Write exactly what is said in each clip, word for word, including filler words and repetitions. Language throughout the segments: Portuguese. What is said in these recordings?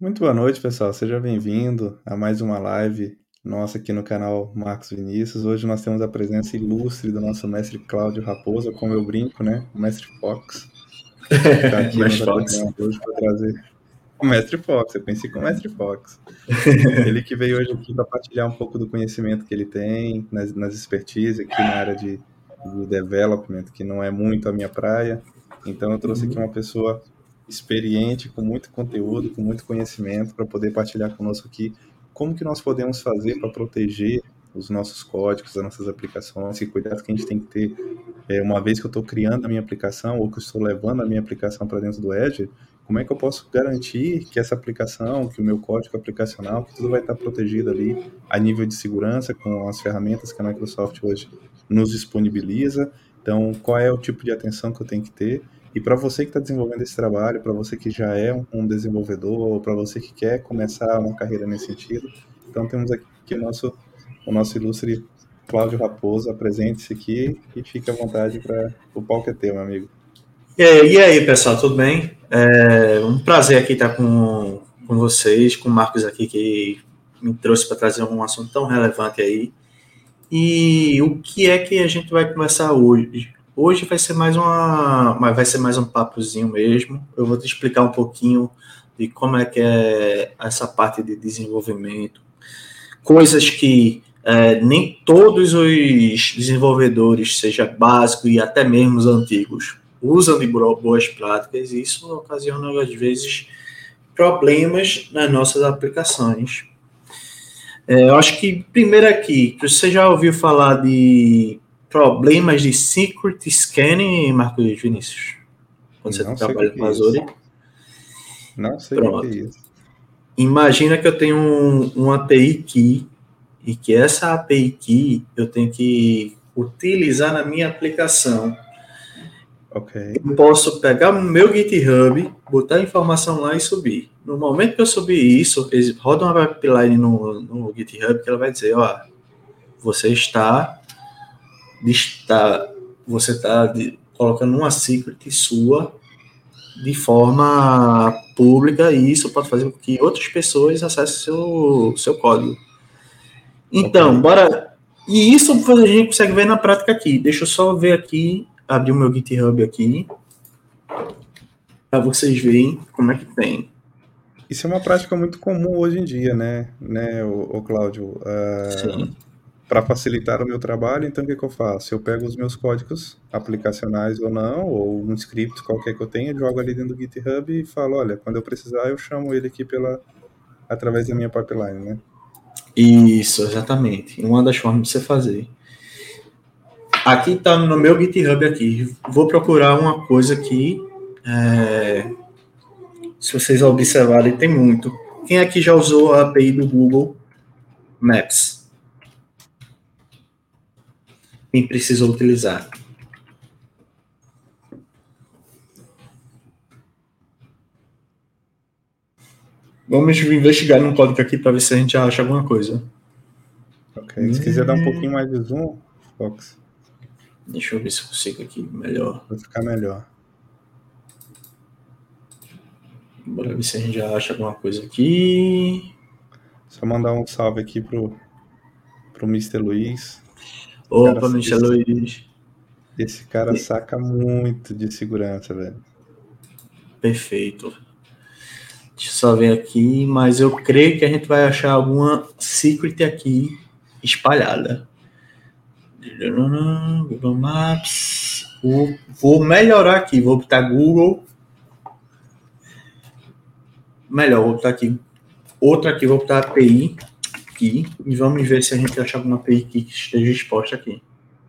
Muito boa noite, pessoal. Seja bem-vindo a mais uma live nossa aqui no canal Marcos Vinícius. Hoje nós temos a presença ilustre do nosso mestre Cláudio Raposa, como eu brinco, né? O mestre Fox, que está aqui Mas nos Fox. acompanhando hoje para trazer o mestre Fox. Eu pensei com o mestre Fox. Ele que veio hoje aqui para partilhar um pouco do conhecimento que ele tem, nas, nas expertise aqui na área de, de development, que não é muito a minha praia. Então eu trouxe aqui uma pessoa experiente, com muito conteúdo, com muito conhecimento, para poder partilhar conosco aqui como que nós podemos fazer para proteger os nossos códigos, as nossas aplicações, que cuidado que a gente tem que ter, é, uma vez que eu estou criando a minha aplicação ou que eu estou levando a minha aplicação para dentro do Azure, como é que eu posso garantir que essa aplicação, que o meu código aplicacional, que tudo vai estar protegido ali a nível de segurança com as ferramentas que a Microsoft hoje nos disponibiliza. Então, qual é o tipo de atenção que eu tenho que ter? E para você que está desenvolvendo esse trabalho, para você que já é um desenvolvedor, ou para você que quer começar uma carreira nesse sentido, então temos aqui o nosso, o nosso ilustre Cláudio Raposo. Apresente-se aqui e fique à vontade para o palco é teu, meu amigo. E aí, e aí, pessoal, tudo bem? É um prazer aqui estar com, com vocês, com o Marcos aqui, que me trouxe para trazer um assunto tão relevante aí. E o que é que a gente vai conversar hoje? Hoje vai ser mais uma, vai ser mais um papozinho mesmo. Eu vou te explicar um pouquinho de como é que é essa parte de desenvolvimento, coisas que é, nem todos os desenvolvedores, seja básico e até mesmo os antigos, usam de boas práticas, e isso ocasiona, às vezes, problemas nas nossas aplicações. É, eu acho que, primeiro aqui, você já ouviu falar de problemas de secret scanning, Marcos Vinícius? Quando você Não sei o que trabalha que com é isso. Azure? Não sei o que que é Pronto. isso. Imagina que eu tenho um, uma A P I Key e que essa A P I Key eu tenho que utilizar na minha aplicação. Ok. Eu posso pegar o meu GitHub, botar a informação lá e subir. No momento que eu subir isso, eles rodam uma pipeline no, no GitHub que ela vai dizer, ó, você está, está você está colocando uma secret sua de forma pública, e isso pode fazer com que outras pessoas acessem seu, seu código. Então, Ok. bora. E isso a gente consegue ver na prática aqui. Deixa eu só ver aqui, abrir o meu GitHub aqui, para vocês verem como é que tem. Isso é uma prática muito comum hoje em dia, né, né, o, o Cláudio? Uh, Sim. para facilitar o meu trabalho, então o que, que eu faço? Eu pego os meus códigos aplicacionais ou não, ou um script qualquer que eu tenha, jogo ali dentro do GitHub e falo, olha, quando eu precisar, eu chamo ele aqui pela, através da minha pipeline, né? Isso, exatamente. Uma das formas de você fazer. Aqui está no meu GitHub aqui. Vou procurar uma coisa aqui. É... Se vocês observarem, tem muito. Quem aqui já usou a A P I do Google Maps? Quem precisou utilizar? Vamos investigar no código aqui para ver se a gente acha alguma coisa. Ok. Se quiser dar um pouquinho mais de zoom, Fox, Deixa eu ver se eu consigo aqui melhor. vai ficar melhor. Bora ver se a gente já acha alguma coisa aqui. Só mandar um salve aqui pro, pro mister Luiz. Cara, Opa, Michel esse, Luiz. esse cara saca muito de segurança, velho. Perfeito. Deixa eu só ver aqui, mas eu creio que a gente vai achar alguma secret aqui espalhada. Google Maps. Vou melhorar aqui, vou botar Google. Melhor, vou botar aqui. Outra aqui, vou botar A P I aqui. E vamos ver se a gente acha alguma A P I que esteja exposta aqui.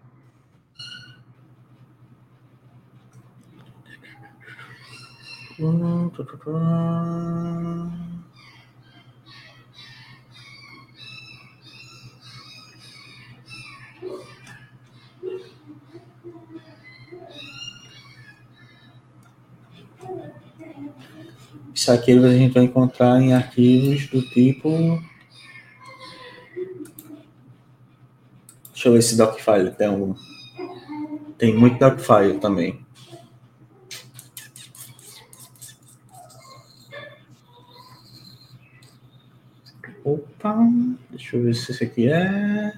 Isso aqui a gente vai encontrar em arquivos do tipo... Deixa eu ver se Docfile tem algum. Tem muito Docfile também. Deixa eu ver se esse aqui é...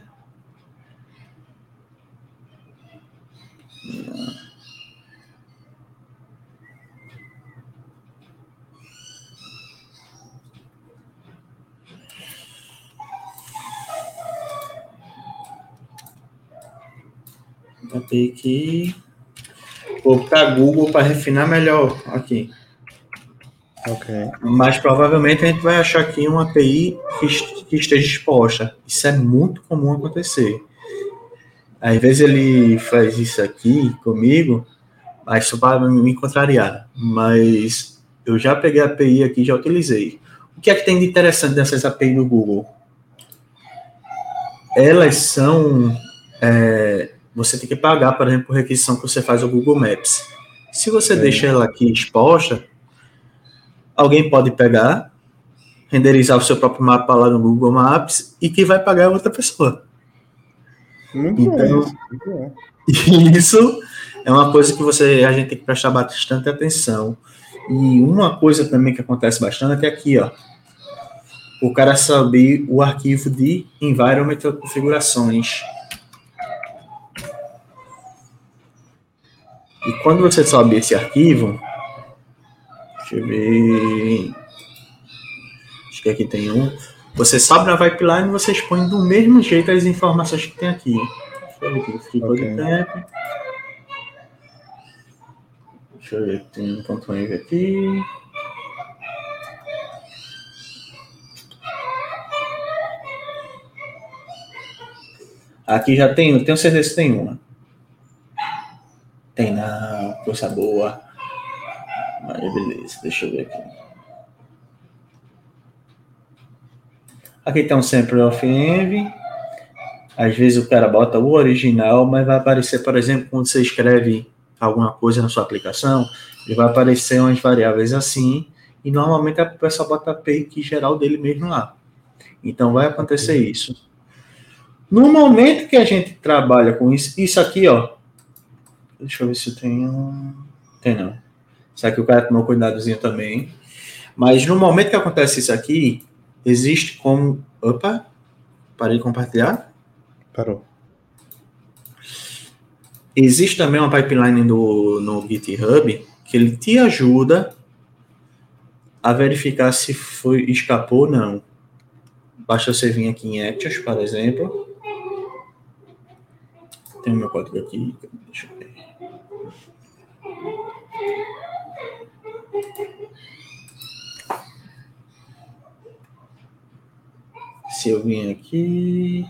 Vou ter que... Vou para Google para refinar melhor aqui. Ok. Mas provavelmente a gente vai achar aqui uma A P I que, que esteja exposta. Isso é muito comum acontecer. Às vezes ele faz isso aqui comigo, mas só para me contrariar. Mas eu já peguei a API aqui e já utilizei. O que é que tem de interessante nessas A P I do Google? Elas são... É, você tem que pagar, por exemplo, por requisição que você faz o Google Maps. Se você Sim. deixa ela aqui exposta, alguém pode pegar, renderizar o seu próprio mapa lá no Google Maps e quem vai pagar é outra pessoa. Muito Então, bom isso. Muito bom. Isso é uma coisa que você, a gente tem que prestar bastante atenção. E uma coisa também que acontece bastante é aqui, ó. O cara sabe o arquivo de environment configurações. E quando você sobe esse arquivo, deixa eu ver, acho que aqui tem um, você sobe na pipeline e você expõe do mesmo jeito as informações que tem aqui. Deixa eu ver aqui, ficou Ok. de tempo. Deixa eu ver, tem um ponto .env aqui. Aqui já tem, tenho certeza que tem uma. Tem não, coisa boa. Mas beleza, deixa eu ver aqui. Aqui tem um sample of env. Às vezes o cara bota o original, mas vai aparecer, por exemplo, quando você escreve alguma coisa na sua aplicação, ele vai aparecer umas variáveis assim, e normalmente a pessoa bota a A P I geral dele mesmo lá. Então vai acontecer Ok. isso. No momento que a gente trabalha com isso, isso aqui, ó. Deixa eu ver se tem um. Tem não. Isso aqui o cara tomou cuidadozinho também. Mas no momento que acontece isso aqui, existe como... Opa, parei de compartilhar. Parou. Existe também uma pipeline do, no GitHub que ele te ajuda a verificar se foi, escapou ou não. Basta você vir aqui em Actions, por exemplo. Tem o meu código aqui. Deixa eu ver. Se eu vim aqui...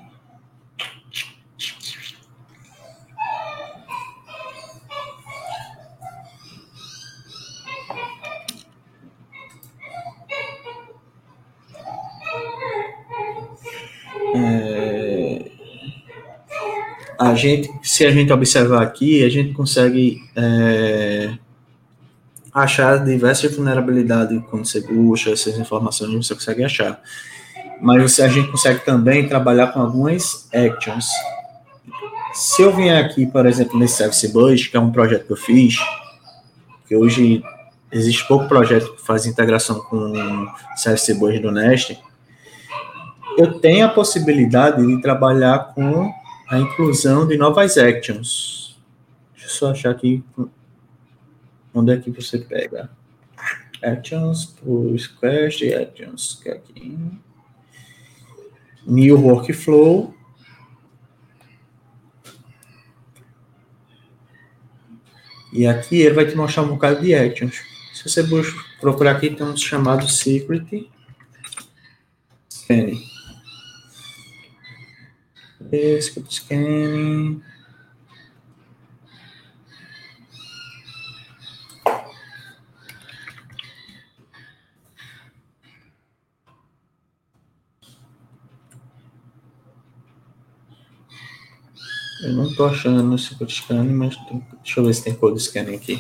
É... A gente, se a gente observar aqui, a gente consegue é... achar diversas vulnerabilidades quando você busca essas informações, você consegue achar. Mas você, a gente consegue também trabalhar com algumas actions. Se eu vier aqui, por exemplo, nesse Service Bus, que é um projeto que eu fiz, que hoje existe pouco projeto que faz integração com Service Bus do Nest, eu tenho a possibilidade de trabalhar com a inclusão de novas actions. Deixa eu só achar aqui onde é que você pega. Actions, push request, actions, que é aqui. New workflow. E aqui ele vai te mostrar um bocado de actions. Se você procurar aqui, tem um chamado secret scanning. Secret scanning. Eu não estou achando no secret scanning, mas tem, deixa eu ver se tem code scanning aqui.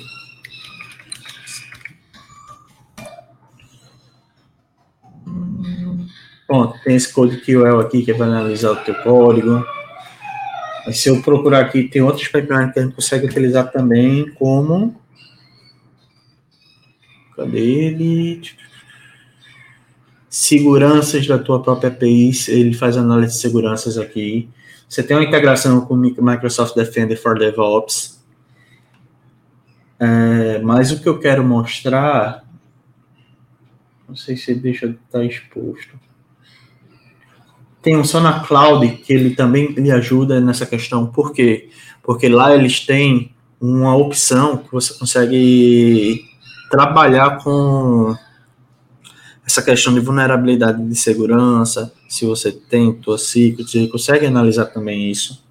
Pronto, tem esse code Q L aqui que vai analisar o teu código. Mas se eu procurar aqui, tem outros pipelines que a gente consegue utilizar também como... Cadê ele? seguranças da tua própria A P I, ele faz análise de seguranças aqui. Você tem uma integração com o Microsoft Defender for DevOps. É, mas o que eu quero mostrar, não sei se deixa de estar exposto. Tem um Sona Cloud, que ele também lhe ajuda nessa questão. Por quê? Porque lá eles têm uma opção que você consegue trabalhar com essa questão de vulnerabilidade de segurança, se você tem tua secret, ele consegue analisar também isso.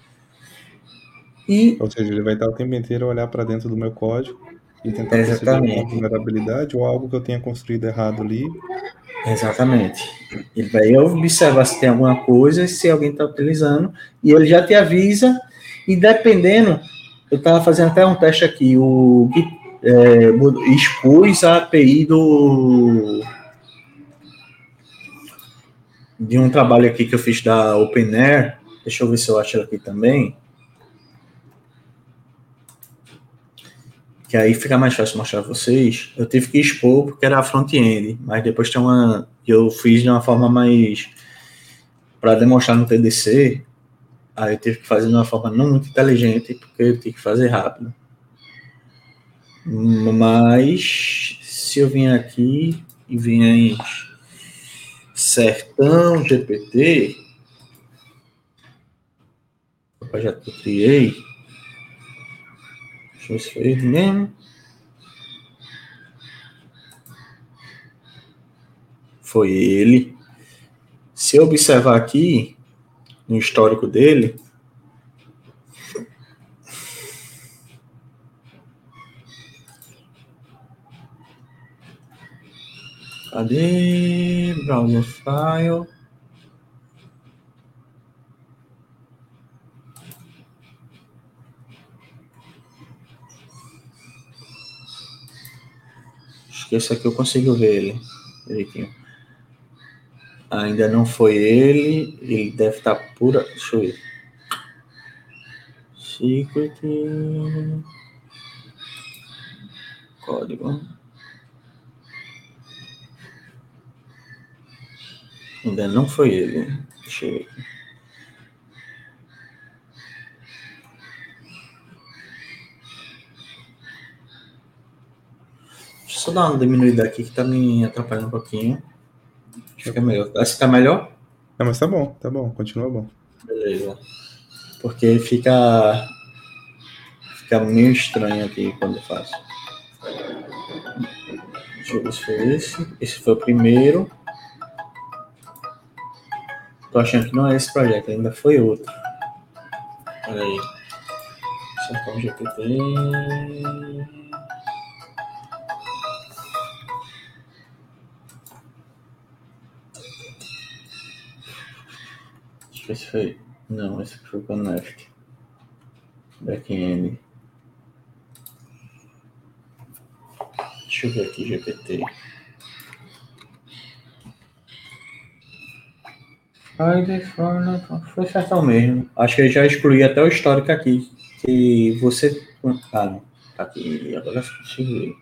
E, Ou seja, ele vai estar o tempo inteiro a olhar para dentro do meu código e tentar exatamente. perceber uma vulnerabilidade ou algo que eu tenha construído errado ali. Exatamente. Ele vai observar se tem alguma coisa, se alguém está utilizando, e ele já te avisa, e dependendo, eu estava fazendo até um teste aqui, o é, expus a A P I do de um trabalho aqui que eu fiz da OpenAir, deixa eu ver se eu acho ela aqui também, que aí fica mais fácil mostrar a vocês. Eu tive que expor porque era front-end, mas depois tem uma que eu fiz de uma forma mais para demonstrar no T D C, aí eu tive que fazer de uma forma não muito inteligente, porque eu tive que fazer rápido. Mas se eu vim aqui e vim em Sertão G P T, eu já criei. Deixa eu ver se foi ele mesmo. Foi ele. Se eu observar aqui, no histórico dele, cadê? Browser file. Acho que esse aqui eu consigo ver ele direitinho. Ainda não foi ele. Ele deve estar pura. Deixa eu ver. Secret. Código. Ainda não foi ele. Deixa eu ver aqui. Deixa eu só dar uma diminuída aqui que tá me atrapalhando um pouquinho. Fica melhor. Essa tá melhor? Não, mas tá bom, tá bom, continua bom. Beleza. Porque fica fica meio estranho aqui quando eu faço. Deixa eu ver se foi esse. Esse foi o primeiro. Tô achando que não é esse projeto, ainda foi outro. Olha aí. Sertão G P T. Deixa eu ver se foi. Não, esse foi o Connect. Backend. Deixa eu ver aqui, G P T. Foi Sertão mesmo. Acho que eu já excluí até o histórico aqui. Que você. Ah, não. Tá aqui. Agora deixa eu ver.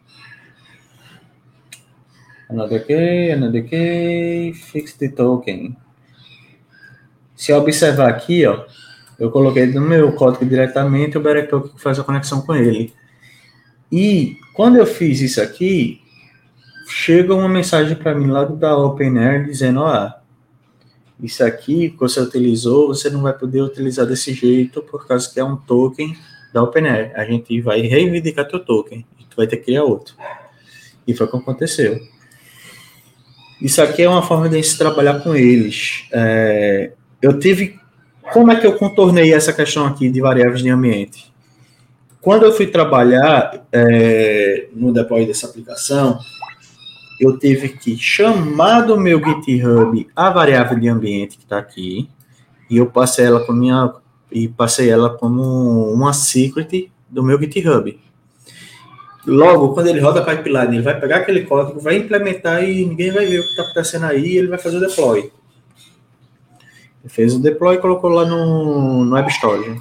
Another key, another key, fix the token. Se eu observar aqui, ó, eu coloquei no meu código diretamente o Berek Token que faz a conexão com ele. E quando eu fiz isso aqui, chega uma mensagem para mim lá da OpenAir dizendo, ó, isso aqui que você utilizou, você não vai poder utilizar desse jeito por causa que é um token da OpenAir. A gente vai reivindicar teu token e tu vai ter que criar outro. E foi o que aconteceu. Isso aqui é uma forma de se trabalhar com eles. É, eu tive... Como é que eu contornei essa questão aqui de variáveis de ambiente? Quando eu fui trabalhar é, no deploy dessa aplicação, eu tive que chamar do meu GitHub a variável de ambiente que está aqui, e eu passei ela como minha, e passei ela como uma secret do meu GitHub. Logo, quando ele roda a pipeline, ele vai pegar aquele código, vai implementar e ninguém vai ver o que está acontecendo aí, e ele vai fazer o deploy. Ele fez o deploy e colocou lá no, no WebStorage.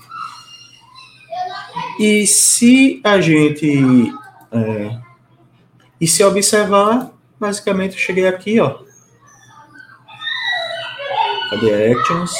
E se a gente... É, e se observar, basicamente eu cheguei aqui, ó. Cadê Actions?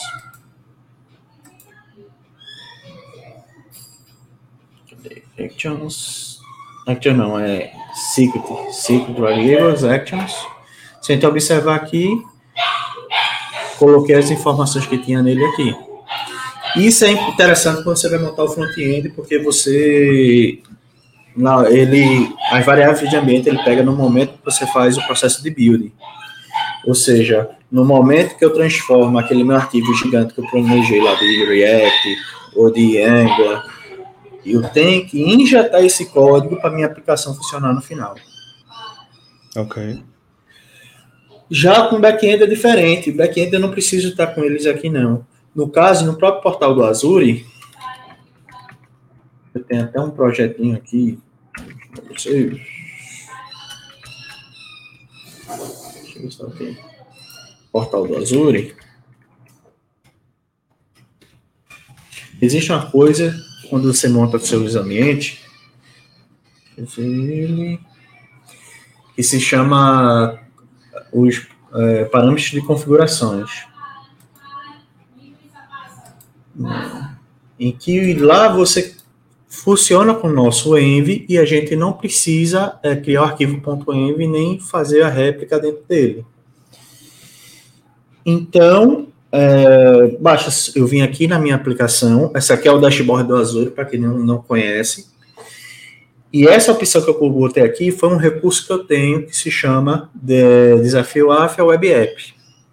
Cadê Actions? Actions não, é Secret. Secret Variables, Actions. Se a gente observar aqui, coloquei as informações que tinha nele aqui. Isso é interessante quando você vai montar o front-end, porque você... Não, ele, as variáveis de ambiente ele pega no momento que você faz o processo de build. Ou seja, no momento que eu transformo aquele meu arquivo gigante que eu planejei lá de React ou de Angular, eu tenho que injetar esse código para minha aplicação funcionar no final. Ok. Já com back-end é diferente. Back-end eu não preciso estar com eles aqui, não. No caso, no próprio portal do Azure, eu tenho até um projetinho aqui. Deixa eu ver se está aqui. Portal do Azure. Existe uma coisa, quando você monta seus ambientes, que se chama os é, parâmetros de configurações. Em que lá você funciona com o nosso env e a gente não precisa é, criar o arquivo .env nem fazer a réplica dentro dele. Então, é, basta, eu vim aqui na minha aplicação, essa aqui é o dashboard do Azure, para quem não, não conhece, e essa opção que eu botei aqui foi um recurso que eu tenho que se chama de Desafio A F A Web App.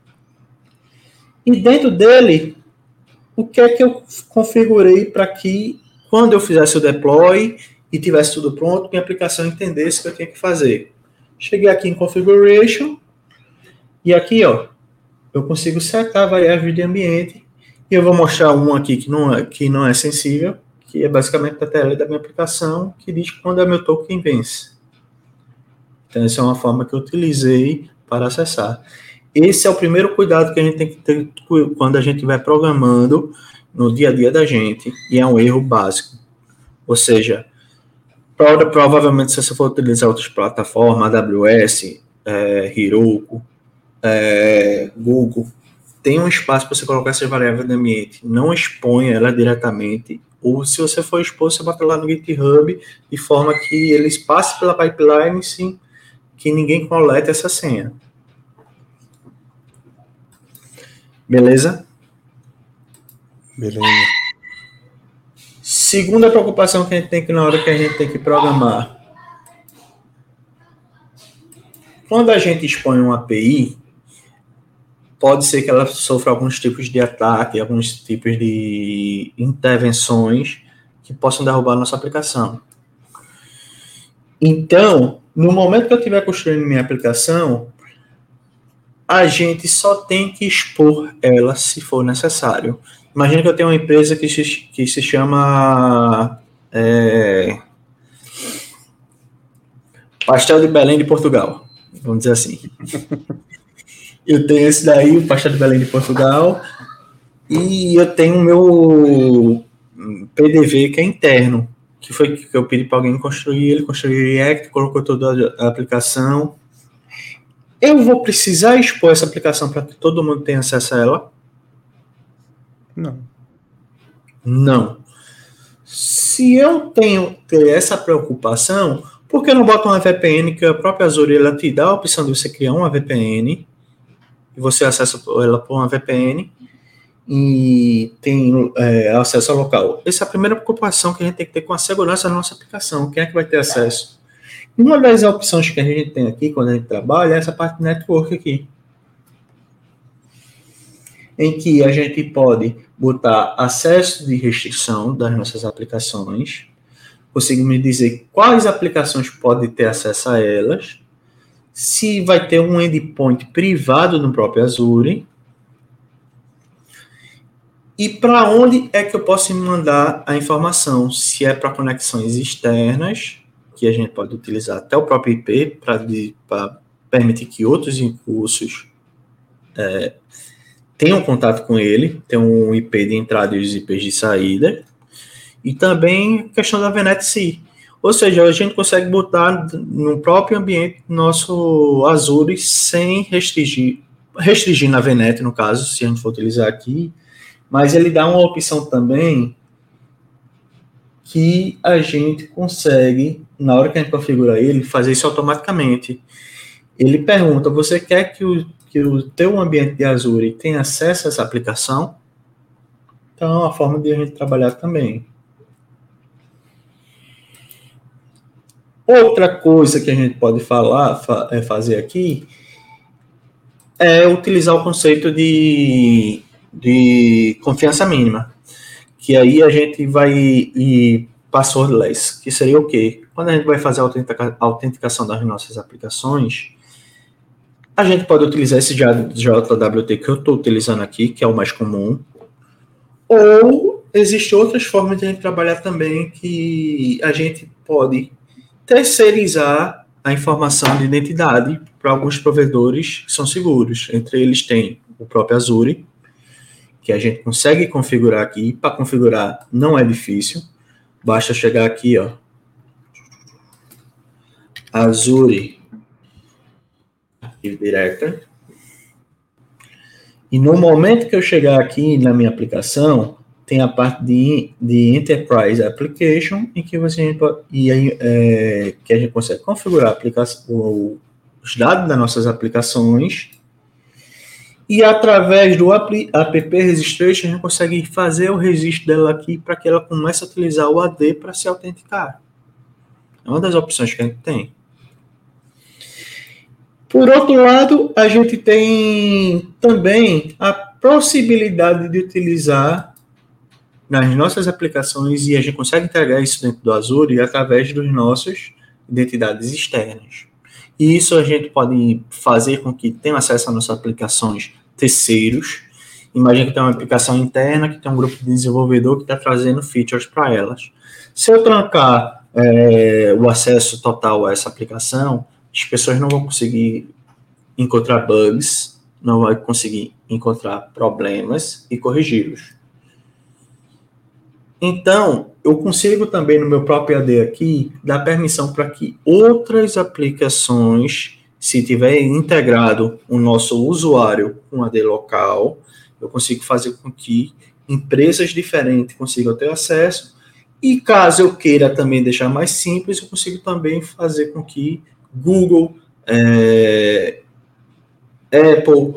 E dentro dele, o que é que eu configurei para que, quando eu fizesse o deploy e tivesse tudo pronto, minha aplicação entendesse o que eu tinha que fazer. Cheguei aqui em Configuration, e aqui, ó, eu consigo setar variáveis de ambiente, e eu vou mostrar um aqui que não é, que não é sensível, que é basicamente a tela da minha aplicação, que diz quando é meu token vence. Então, essa é uma forma que eu utilizei para acessar. Esse é o primeiro cuidado que a gente tem que ter quando a gente estiver programando no dia a dia da gente, e é um erro básico. Ou seja, provavelmente se você for utilizar outras plataformas, A W S, é, Heroku, é, Google, tem um espaço para você colocar essas variáveis de ambiente. Não exponha ela diretamente, ou se você for expor, você bota lá no GitHub, de forma que eles passem pela pipeline, sim, que ninguém colete essa senha. Beleza? Beleza. Segunda preocupação que a gente tem que na hora que a gente tem que programar. Quando a gente expõe uma A P I, pode ser que ela sofra alguns tipos de ataque, alguns tipos de intervenções que possam derrubar a nossa aplicação. Então, no momento que eu estiver construindo minha aplicação, a gente só tem que expor ela se for necessário. Imagina que eu tenho uma empresa que se, que se chama é, Pastel de Belém de Portugal, vamos dizer assim. Eu tenho esse daí, o Pastel de Belém de Portugal, e eu tenho o meu P D V que é interno, que foi que eu pedi para alguém construir, ele construiu o React, colocou toda a aplicação. Eu vou precisar expor essa aplicação para que todo mundo tenha acesso a ela? Não. Não. Se eu tenho ter essa preocupação, por que eu não boto uma V P N que a própria Azure ela te dá a opção de você criar uma V P N e você acessa ela por uma V P N e tem é, acesso ao local? Essa é a primeira preocupação que a gente tem que ter com a segurança da nossa aplicação. Quem é que vai ter acesso? Uma das opções que a gente tem aqui, quando a gente trabalha, é essa parte de network aqui. Em que a gente pode botar acesso de restrição das nossas aplicações, conseguimos dizer quais aplicações podem ter acesso a elas, se vai ter um endpoint privado no próprio Azure, e para onde é que eu posso mandar a informação, se é para conexões externas, que a gente pode utilizar até o próprio I P para permitir que outros recursos é, tenham contato com ele, tem um I P de entrada e os I Ps de saída, e também a questão da V NET C. Ou seja, a gente consegue botar no próprio ambiente nosso Azure sem restringir restringindo a V NET, no caso, se a gente for utilizar aqui, mas ele dá uma opção também que a gente consegue, na hora que a gente configura ele, fazer isso automaticamente. Ele pergunta, você quer que o, que o teu ambiente de Azure tenha acesso a essa aplicação? Então, é uma forma de a gente trabalhar também. Outra coisa que a gente pode falar, fa- é fazer aqui, é utilizar o conceito de, de confiança mínima, que aí a gente vai ir passwordless, que seria o quê? Quando a gente vai fazer a autentica- autenticação das nossas aplicações, a gente pode utilizar esse J W T que eu estou utilizando aqui, que é o mais comum, ou existem outras formas de a gente trabalhar também, que a gente pode terceirizar a informação de identidade para alguns provedores que são seguros. Entre eles tem o próprio Azure, que a gente consegue configurar aqui. Para configurar não é difícil, basta chegar aqui, ó, Azure Active Directory, e no momento que eu chegar aqui na minha aplicação, tem a parte de, de Enterprise Application, em que você e aí, é, que a gente consegue configurar a aplicação, o, os dados das nossas aplicações, e através do app registration a gente consegue fazer o registro dela aqui para que ela comece a utilizar o A D para se autenticar. É uma das opções que a gente tem. Por outro lado, a gente tem também a possibilidade de utilizar nas nossas aplicações, e a gente consegue integrar isso dentro do Azure através das nossas identidades externas. E isso a gente pode fazer com que tenha acesso às nossas aplicações terceiros. Imagina que tem uma aplicação interna, que tem um grupo de desenvolvedor que está trazendo features para elas. Se eu trancar é, o acesso total a essa aplicação, as pessoas não vão conseguir encontrar bugs, não vão conseguir encontrar problemas e corrigi-los. Então, eu consigo também no meu próprio A D aqui dar permissão para que outras aplicações, se tiver integrado o nosso usuário com A D local, eu consigo fazer com que empresas diferentes consigam ter acesso. E caso eu queira também deixar mais simples, eu consigo também fazer com que Google, é, Apple,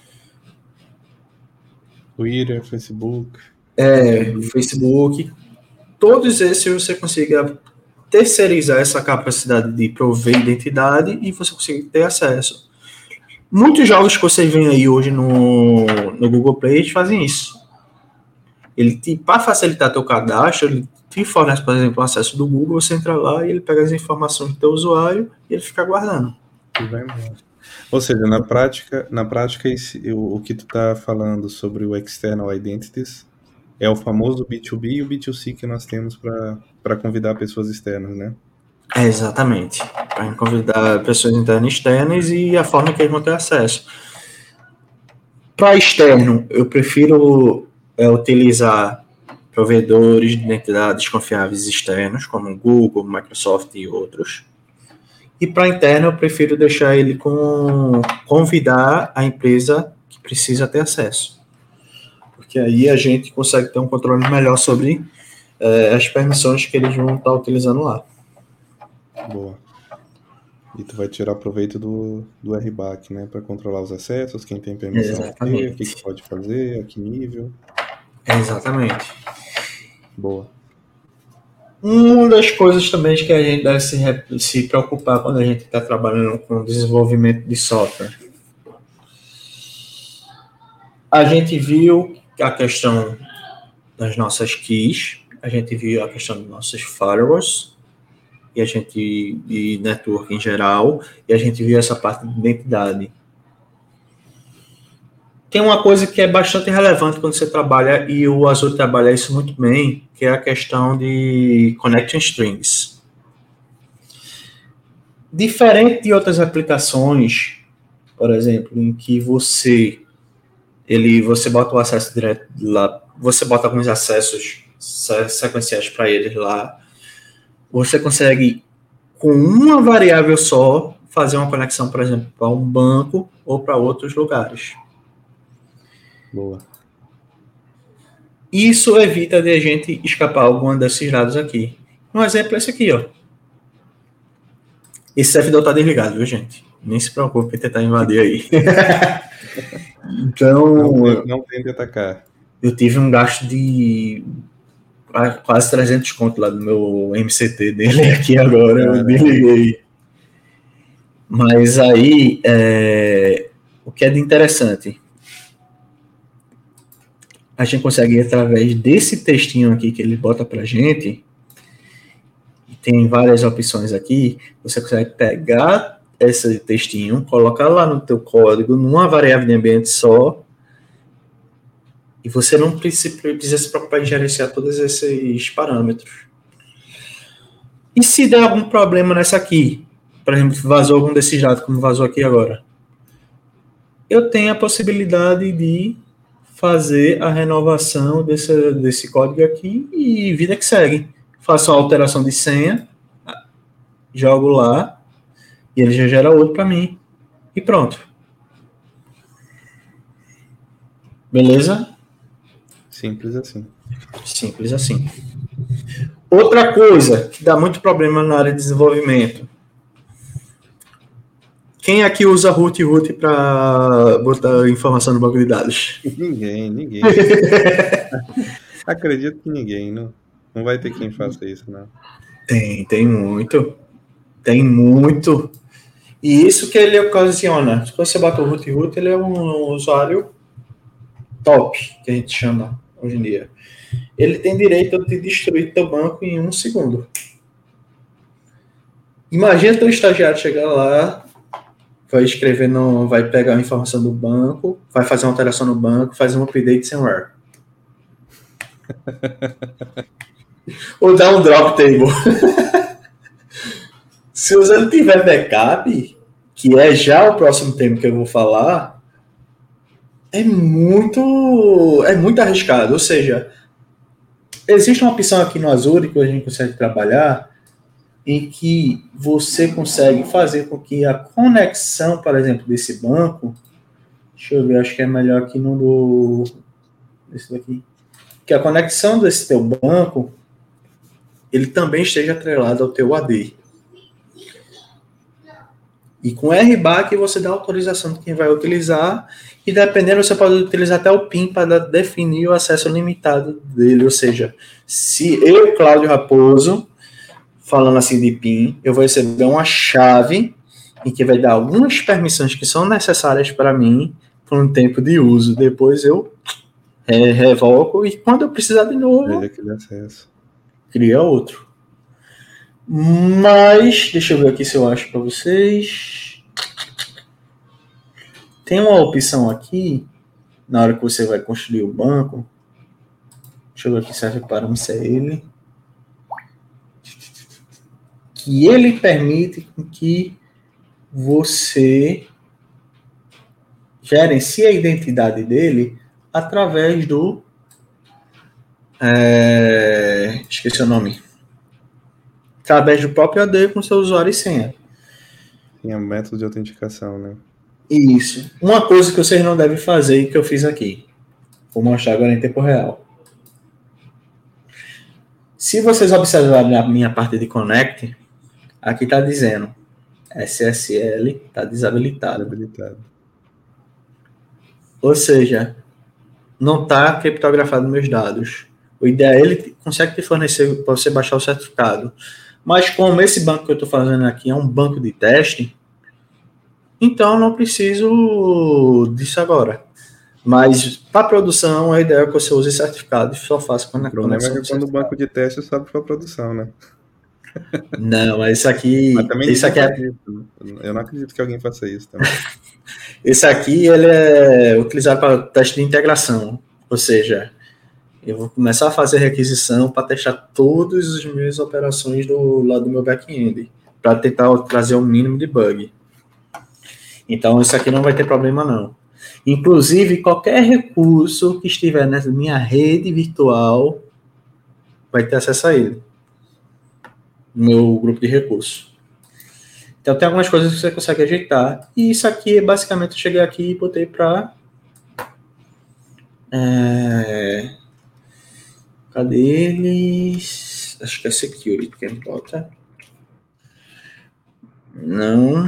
Twitter, Facebook... É, Facebook, todos esses você consiga terceirizar essa capacidade de prover identidade e você consegue ter acesso. Muitos jogos que vocês veem aí hoje no, no Google Play, eles fazem isso. Ele, para facilitar teu cadastro, ele te fornece, por exemplo, o acesso do Google, você entra lá e ele pega as informações do teu usuário e ele fica guardando. E vai embora. Ou seja, na prática, na prática esse, o, o que tu tá falando sobre o External Identities é o famoso B dois B e o B dois C que nós temos para convidar pessoas externas, né? É, exatamente. Para convidar pessoas internas e externas e a forma que eles vão ter acesso. Para externo, eu prefiro é, utilizar provedores de identidades confiáveis externos, como Google, Microsoft e outros. E para interno, eu prefiro deixar ele com convidar a empresa que precisa ter acesso. Porque aí a gente consegue ter um controle melhor sobre é, as permissões que eles vão estar utilizando lá. Boa. E tu vai tirar proveito do, do R B A C, né? Para controlar os acessos, quem tem permissão a ter, o que, que pode fazer, a que nível. Exatamente. Boa. Uma das coisas também que a gente deve se, se preocupar quando a gente está trabalhando com desenvolvimento de software. A gente viu a questão das nossas keys, a gente viu a questão dos nossos firewalls, e a gente de network em geral, e a gente viu essa parte de identidade. Tem uma coisa que é bastante relevante quando você trabalha, e o Azure trabalha isso muito bem, que é a questão de connection strings. Diferente de outras aplicações, por exemplo, em que você ele você bota o acesso direto lá, você bota alguns acessos sequenciais para eles lá, você consegue com uma variável só fazer uma conexão, por exemplo, para um banco ou para outros lugares. Boa. Isso evita de a gente escapar algum desses dados aqui. Um exemplo é esse aqui, ó. Esse servidor está desligado, viu, gente? Nem se preocupe em tentar invadir aí. Então, não, não tente atacar. Eu tive um gasto de quase trezentos conto lá do meu M C T dele aqui agora, eu Caramba. desliguei. Mas aí, é, o que é de interessante, a gente consegue, através desse textinho aqui que ele bota pra gente, tem várias opções aqui, você consegue pegar esse textinho, colocar lá no teu código, numa variável de ambiente só, e você não precisa, precisa se preocupar em gerenciar todos esses parâmetros. E se der algum problema nessa aqui, por exemplo, vazou algum desses dados, como vazou aqui agora, eu tenho a possibilidade de fazer a renovação desse, desse código aqui e vida que segue. Faço a alteração de senha, jogo lá, e ele já gera outro para mim. E pronto. Beleza? Simples assim. Simples assim. Outra coisa que dá muito problema na área de desenvolvimento. Quem aqui usa root root para botar informação no banco de dados? Ninguém, ninguém. Acredito que ninguém, não, não vai ter quem faça isso, não. Tem, tem muito. Tem muito. E isso que ele ocasiona. Se você bota o root root, ele é um usuário top, que a gente chama hoje em dia. Ele tem direito de destruir teu banco em um segundo. Imagina teu estagiário chegar lá, vai escrever, no, vai pegar a informação do banco, vai fazer uma alteração no banco, fazer um update sem erro. Ou dar um drop table. Se você não tiver backup, que é já o próximo tema que eu vou falar, é muito, é muito arriscado. Ou seja, existe uma opção aqui no Azure que a gente consegue trabalhar em que você consegue fazer com que a conexão, por exemplo, desse banco, deixa eu ver, acho que é melhor aqui no do, desse daqui, que a conexão desse teu banco, ele também esteja atrelado ao teu A D. E com R BAC você dá autorização de quem vai utilizar, e dependendo você pode utilizar até o P I N para definir o acesso limitado dele. Ou seja, se eu, Cláudio Raposo, falando assim de P I N, eu vou receber uma chave em que vai dar algumas permissões que são necessárias para mim por um tempo de uso. Depois eu é, revoco e quando eu precisar de novo, cria outro. Mas, deixa eu ver aqui se eu acho para vocês. Tem uma opção aqui, na hora que você vai construir o banco. Deixa eu ver aqui se reparam se é ele. Que ele permite que você gerencie a identidade dele através do... É, esqueci o nome. Através do próprio A D com seu usuário e senha. Tem um método de autenticação, né? Isso. Uma coisa que vocês não devem fazer e que eu fiz aqui. Vou mostrar agora em tempo real. Se vocês observarem a minha parte de Connect, aqui está dizendo S S L está desabilitado. desabilitado. Ou seja, não está criptografado meus dados. O ideal é ele consegue te fornecer para você baixar o certificado. Mas como esse banco que eu estou fazendo aqui é um banco de teste, então eu não preciso disso agora. Mas para produção, a ideia é que você use certificado e só faça quando a conexão. O problema é que quando o banco de teste sobe para produção, né? Não, mas isso aqui... Mas também isso aqui é... Eu não acredito que alguém faça isso também. Esse aqui ele é utilizado para teste de integração. Ou seja, eu vou começar a fazer requisição para testar todas as minhas operações do lado do meu back-end, para tentar trazer o mínimo de bug. Então, isso aqui não vai ter problema, não. Inclusive, qualquer recurso que estiver nessa minha rede virtual vai ter acesso a ele. No meu grupo de recursos. Então tem algumas coisas que você consegue ajeitar. E isso aqui, basicamente, eu cheguei aqui e botei para... É... Cadê eles? Acho que é security que ele bota. Não.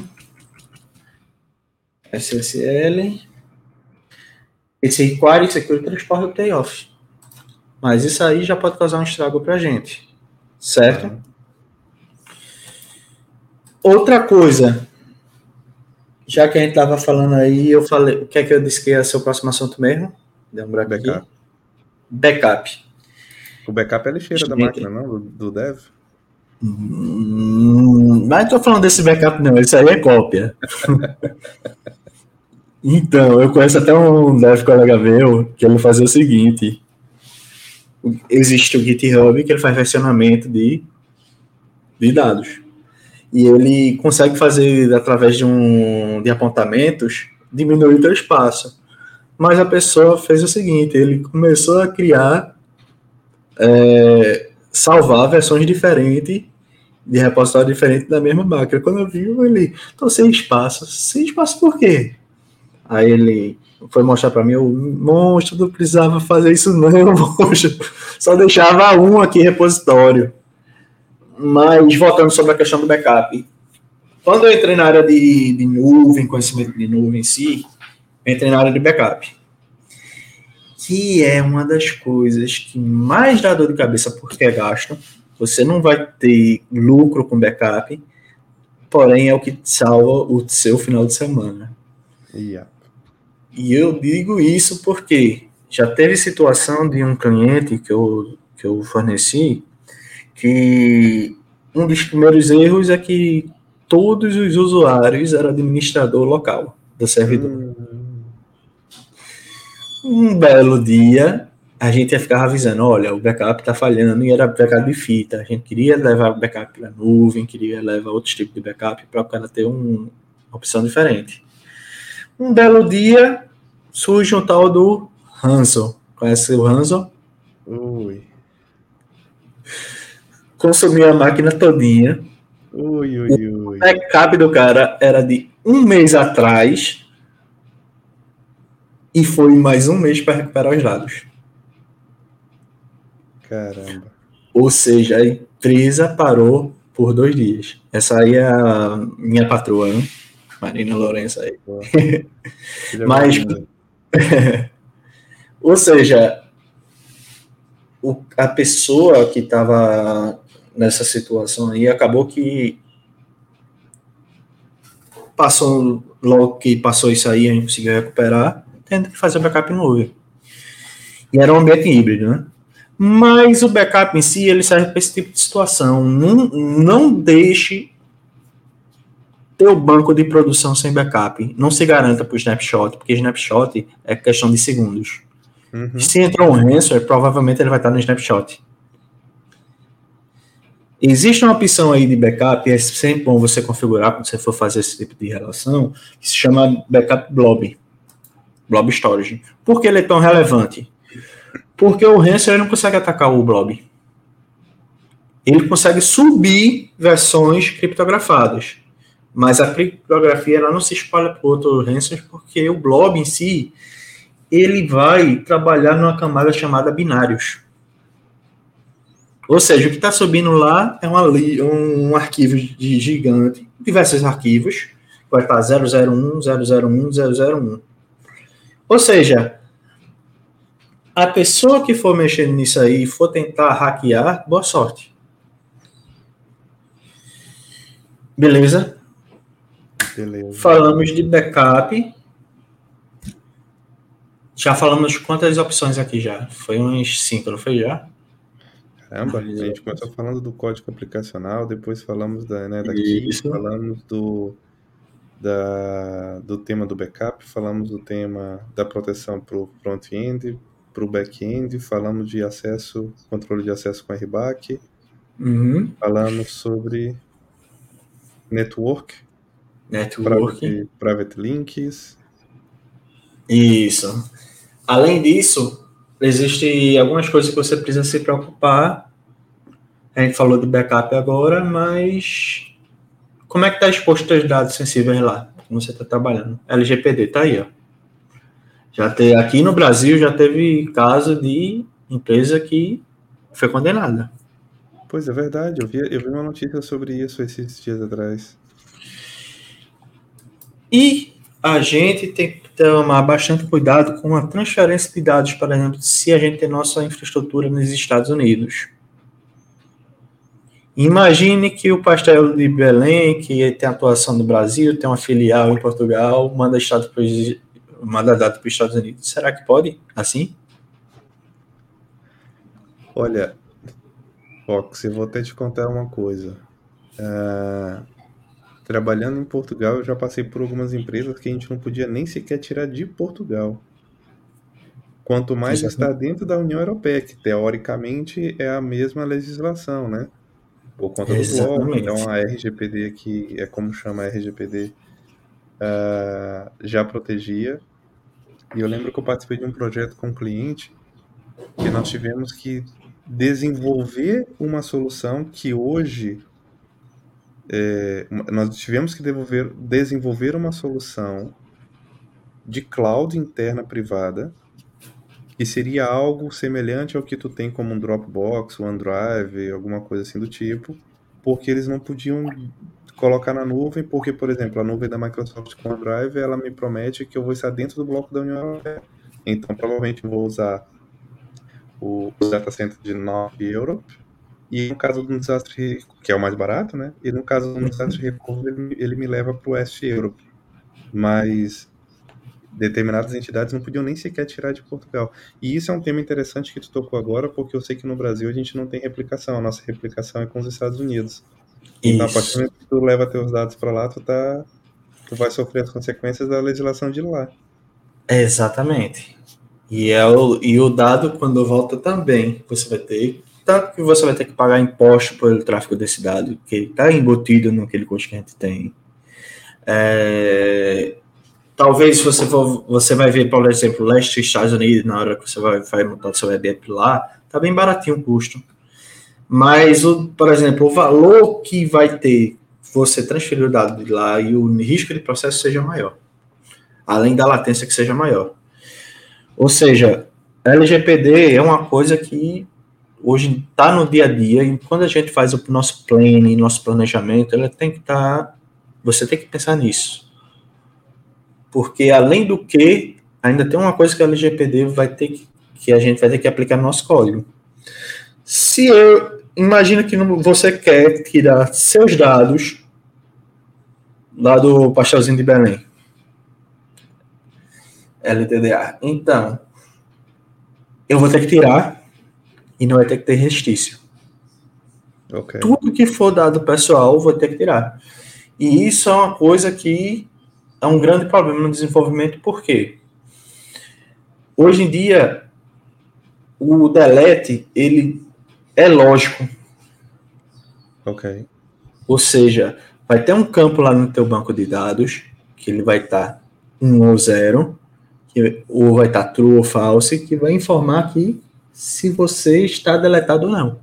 S S L. Esse require security transport update off. Mas isso aí já pode causar um estrago para a gente. Certo? Uhum. Outra coisa, já que a gente estava falando aí, eu falei, o que é que eu disse que ia ser o próximo assunto mesmo? Deu um buraco Backup. aqui. Backup. O backup é a lixeira da Gente. máquina, não? Do, do dev? Hum, mas não tô falando desse backup não, isso aí é cópia. Então, eu conheço até um dev colega meu que ele fazia o seguinte: existe o GitHub que ele faz versionamento de, de dados. E ele consegue fazer, através de, um, de apontamentos, diminuir o teu espaço. Mas a pessoa fez o seguinte, ele começou a criar, é, salvar versões diferentes, de repositório diferente da mesma máquina. Quando eu vi, ele, tô sem espaço. Sem espaço por quê? Aí ele foi mostrar para mim, o monstro, não precisava fazer isso não, monstro. Só deixava um aqui repositório. Mas, voltando sobre a questão do backup, quando eu entrei na área de, de nuvem, conhecimento de nuvem em si, eu entrei na área de backup, que é uma das coisas que mais dá dor de cabeça porque é gasto. Você não vai ter lucro com backup, porém é o que salva o seu final de semana. Yeah. E eu digo isso porque já teve situação de um cliente que eu, que eu forneci, que um dos primeiros erros é que todos os usuários eram administrador local do servidor. Hum. Um belo dia, a gente ia ficar avisando, olha, o backup está falhando, e era backup de fita. A gente queria levar o backup para a nuvem, queria levar outros tipos de backup para o cara ter um, uma opção diferente. Um belo dia, surge um tal do Hansel. Conhece o Hansel? Ui. Consumiu a máquina todinha. Ui, ui, ui. O backup do cara era de um mês atrás e foi mais um mês para recuperar os dados. Caramba. Ou seja, a empresa parou por dois dias. Essa aí é a minha patroa, né? Marina Lourenço aí. Mas, ou seja, o, a pessoa que estava nessa situação aí acabou que passou, logo que passou isso aí, a gente conseguiu recuperar, tendo que fazer o backup em nuvem. E era um ambiente híbrido, né? Mas o backup em si, ele serve para esse tipo de situação. Não, não deixe ter o banco de produção sem backup. Não se garanta para o snapshot, porque snapshot é questão de segundos. Uhum. Se entrar um ransomware, provavelmente ele vai estar no snapshot. Existe uma opção aí de backup, é sempre bom você configurar quando você for fazer esse tipo de relação, que se chama backup blob. Blob storage. Por que ele é tão relevante? Porque o ransomware não consegue atacar o blob. Ele consegue subir versões criptografadas. Mas a criptografia ela não se espalha para outro ransomware porque o blob em si ele vai trabalhar numa camada chamada binários. Ou seja, o que está subindo lá é uma, um arquivo de gigante, diversos arquivos, vai estar zero zero um, zero zero um, zero zero um. Ou seja, a pessoa que for mexendo nisso aí e for tentar hackear, boa sorte. Beleza? Beleza. Falamos de backup. Já falamos quantas opções aqui já? Foi uns cinco, não foi já? Caramba, a gente começou falando do código aplicacional, depois falamos da, né, da key, falamos do, da, do tema do backup, falamos do tema da proteção para o front-end, para o back-end, falamos de acesso, controle de acesso com R B A C, uhum. Falamos sobre network, network. Private, private links. Isso. Além disso, existem algumas coisas que você precisa se preocupar. A gente falou de backup agora, mas como é que está exposto os teus dados sensíveis lá, como você está trabalhando? L G P D, tá aí, ó. Já te, aqui no Brasil já teve caso de empresa que foi condenada. Pois é verdade, eu vi, eu vi uma notícia sobre isso esses dias atrás. E a gente tem que tomar bastante cuidado com a transferência de dados, por exemplo, se a gente tem nossa infraestrutura nos Estados Unidos. Imagine que o Pastel de Belém, que tem atuação no Brasil, tem uma filial em Portugal, manda, estado pros, manda dado para os Estados Unidos. Será que pode? Assim? Olha, Fox, eu vou até te contar uma coisa. Uh, trabalhando em Portugal, eu já passei por algumas empresas que a gente não podia nem sequer tirar de Portugal. Quanto mais está dentro da União Europeia, que teoricamente é a mesma legislação, né? Por conta do bloco. Então a R G P D, que é como chama a R G P D, uh, já protegia. E eu lembro que eu participei de um projeto com um cliente que nós tivemos que desenvolver uma solução que hoje é, nós tivemos que desenvolver, desenvolver uma solução de cloud interna privada que seria algo semelhante ao que tu tem como um Dropbox, OneDrive, alguma coisa assim do tipo, porque eles não podiam colocar na nuvem, porque, por exemplo, a nuvem da Microsoft com o OneDrive, ela me promete que eu vou estar dentro do bloco da União Europeia. Então, provavelmente, eu vou usar o data center de North Europe, e no caso do desastre, que é o mais barato, né? E no caso do desastre recovery, ele, ele me leva para o West Europe. Mas determinadas entidades não podiam nem sequer tirar de Portugal. E isso é um tema interessante que tu tocou agora, porque eu sei que no Brasil a gente não tem replicação. A nossa replicação é com os Estados Unidos. Então, isso. A partir do momento que tu leva teus dados para lá, tu, tá, tu vai sofrer as consequências da legislação de lá. Exatamente. E, é o, e o dado, quando volta também, você vai ter, tanto que você vai ter que pagar imposto pelo tráfego desse dado, que está embutido naquele custo que a gente tem. É, talvez você, for, você vai ver, por exemplo, leste dos Estados Unidos, na hora que você vai, vai montar o seu web app lá, está bem baratinho o custo. Mas, o, por exemplo, o valor que vai ter você transferir o dado de lá e o risco de processo seja maior, além da latência que seja maior. Ou seja, L G P D é uma coisa que hoje está no dia a dia, e quando a gente faz o nosso planning, nosso planejamento, ela tem que estar, tá, você tem que pensar nisso. Porque, além do que, ainda tem uma coisa que a L G P D vai ter que, que a gente vai ter que aplicar no nosso código. Se eu, imagina que você quer tirar seus dados lá do Pastelzinho de Belém, L T D A. Então, eu vou ter que tirar e não vai ter que ter restício. Okay. Tudo que for dado pessoal, vou ter que tirar. E isso é uma coisa que é um grande problema no desenvolvimento, por quê? Hoje em dia, o delete, ele é lógico. Ok. Ou seja, vai ter um campo lá no teu banco de dados, que ele vai estar um ou zero, que, ou vai estar true ou false, que vai informar que se você está deletado ou não.